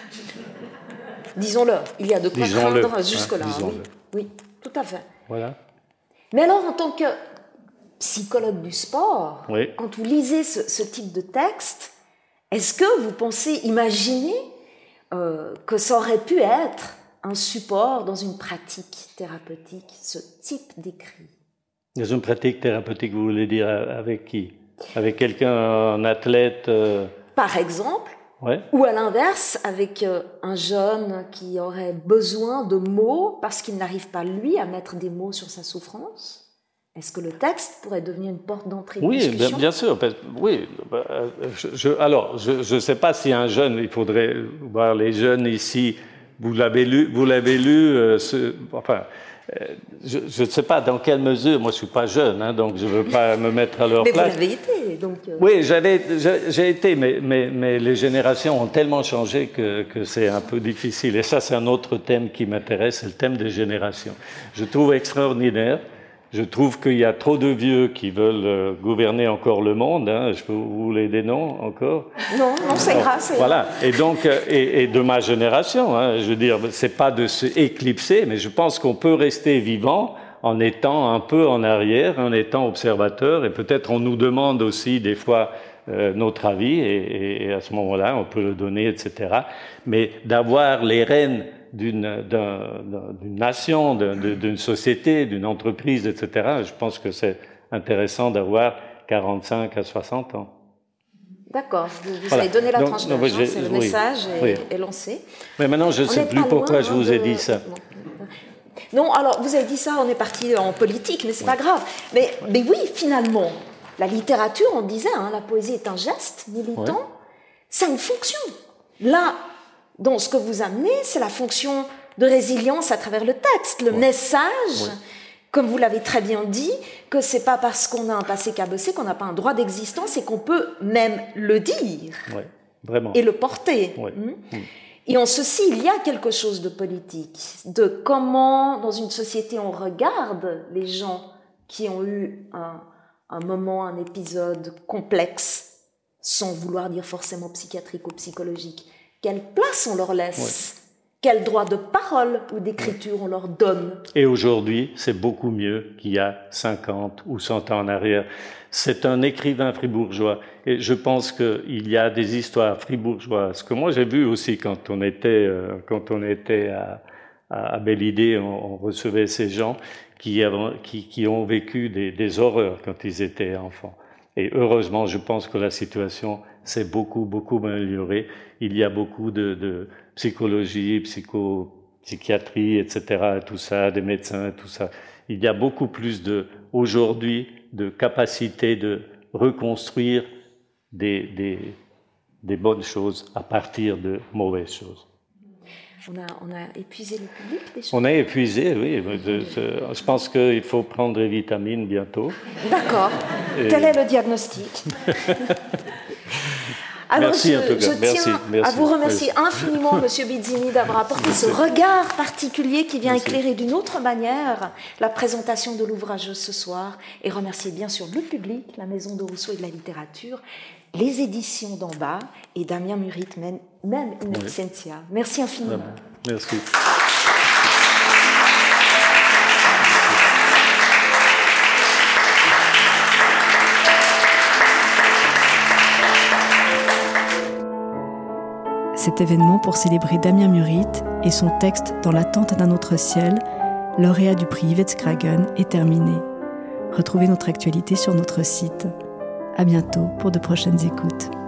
[SPEAKER 10] Disons-le, il y a de quoi
[SPEAKER 11] disons-le,
[SPEAKER 10] craindre jusque-là.
[SPEAKER 11] Hein,
[SPEAKER 10] oui, oui, tout à fait.
[SPEAKER 11] Voilà.
[SPEAKER 10] Mais alors, en tant que psychologue du sport,
[SPEAKER 11] oui.
[SPEAKER 10] quand vous lisez ce, ce type de texte, est-ce que vous pensez, imaginez euh, que ça aurait pu être un support dans une pratique thérapeutique, ce type d'écrit?
[SPEAKER 11] Dans une pratique thérapeutique, vous voulez dire avec qui? Avec quelqu'un, un athlète euh...
[SPEAKER 10] Par exemple,
[SPEAKER 11] ouais.
[SPEAKER 10] Ou à l'inverse, avec euh, un jeune qui aurait besoin de mots parce qu'il n'arrive pas, lui, à mettre des mots sur sa souffrance? Est-ce que le texte pourrait devenir une porte d'entrée de
[SPEAKER 11] oui,
[SPEAKER 10] discussion?
[SPEAKER 11] Oui, bien sûr. Oui. Je, je, alors, je ne sais pas si un jeune, il faudrait voir les jeunes ici. Vous l'avez lu, vous l'avez lu. Euh, ce, enfin, euh, je ne sais pas dans quelle mesure. Moi, je suis pas jeune, hein, donc je veux pas me mettre à leur
[SPEAKER 10] mais
[SPEAKER 11] place.
[SPEAKER 10] Mais vous l'avez été, donc. Euh...
[SPEAKER 11] Oui, j'avais, j'ai, j'ai été, mais, mais, mais les générations ont tellement changé que, que c'est un peu difficile. Et ça, c'est un autre thème qui m'intéresse, c'est le thème des générations. Je trouve extraordinaire. Je trouve qu'il y a trop de vieux qui veulent euh, gouverner encore le monde. Hein. Je peux vous voulez des noms encore?
[SPEAKER 10] Non, non, c'est grâce.
[SPEAKER 11] Voilà. Et donc, euh, et, et de ma génération, hein, je veux dire, c'est pas de se éclipser, mais je pense qu'on peut rester vivant en étant un peu en arrière, en étant observateur, et peut-être on nous demande aussi des fois euh, notre avis, et, et à ce moment-là, on peut le donner, et cetera. Mais d'avoir les rênes d'une, d'un, d'une nation, d'une, d'une société, d'une entreprise, et cetera. Je pense que c'est intéressant d'avoir quarante-cinq à soixante ans.
[SPEAKER 10] D'accord, vous, vous
[SPEAKER 11] voilà.
[SPEAKER 10] avez donné la
[SPEAKER 11] donc,
[SPEAKER 10] tranche
[SPEAKER 11] donc,
[SPEAKER 10] d'âge,
[SPEAKER 11] oui,
[SPEAKER 10] c'est le
[SPEAKER 11] oui,
[SPEAKER 10] message est,
[SPEAKER 11] oui.
[SPEAKER 10] est lancé.
[SPEAKER 11] Mais maintenant, je ne sais plus pourquoi je vous
[SPEAKER 10] de...
[SPEAKER 11] ai dit ça.
[SPEAKER 10] Non, alors, vous avez dit ça, on est parti en politique, mais c'est oui. pas grave. Mais, mais oui, finalement, la littérature, on disait, hein, la poésie est un geste militant, oui. ça a une fonction. Là, dans ce que vous amenez, c'est la fonction de résilience à travers le texte, le ouais. message, ouais. comme vous l'avez très bien dit, que c'est pas parce qu'on a un passé cabossé qu'on n'a pas un droit d'existence et qu'on peut même le dire
[SPEAKER 11] ouais, vraiment.
[SPEAKER 10] Et le porter.
[SPEAKER 11] Ouais.
[SPEAKER 10] Mmh. Mmh. Et en ceci, il y a quelque chose de politique, de comment, dans une société, on regarde les gens qui ont eu un, un moment, un épisode complexe, sans vouloir dire forcément psychiatrique ou psychologique. Quelle place on leur laisse ? Ouais. Quel droit de parole ou d'écriture on leur donne ?
[SPEAKER 11] Et aujourd'hui, c'est beaucoup mieux qu'il y a cinquante ou cent ans en arrière. C'est un écrivain fribourgeois. Et je pense qu'il y a des histoires fribourgeoises que moi j'ai vues aussi quand on était, euh, quand on était à, à Belle-Idée, on, on recevait ces gens qui, avaient, qui, qui ont vécu des, des horreurs quand ils étaient enfants. Et heureusement, je pense que la situation s'est beaucoup, beaucoup améliorée. Il y a beaucoup de, de psychologie, psycho, psychiatrie, et cetera, tout ça, des médecins, tout ça. Il y a beaucoup plus de, aujourd'hui, de capacité de reconstruire des, des, des bonnes choses à partir de mauvaises choses.
[SPEAKER 10] On a, on a épuisé le public déjà.
[SPEAKER 11] On a épuisé, oui. Je pense qu'il faut prendre des vitamines bientôt.
[SPEAKER 10] D'accord. Et... Quel est le diagnostic? Alors,
[SPEAKER 11] merci
[SPEAKER 10] je,
[SPEAKER 11] en tout cas.
[SPEAKER 10] je
[SPEAKER 11] merci,
[SPEAKER 10] tiens
[SPEAKER 11] merci,
[SPEAKER 10] à vous remercier
[SPEAKER 11] merci.
[SPEAKER 10] infiniment, Monsieur Bizzini, d'avoir apporté ce regard particulier qui vient
[SPEAKER 11] merci.
[SPEAKER 10] éclairer d'une autre manière la présentation de l'ouvrage ce soir, et remercier bien sûr le public, la Maison de Rousseau et de la littérature, les éditions d'en bas et Damien Murit, même, même in absentia. Oui. Merci infiniment.
[SPEAKER 11] Merci.
[SPEAKER 2] Cet événement pour célébrer Damien Murit et son texte Dans l'attente d'un autre ciel, lauréat du prix Yvette Scragen, est terminé. Retrouvez notre actualité sur notre site. À bientôt pour de prochaines écoutes.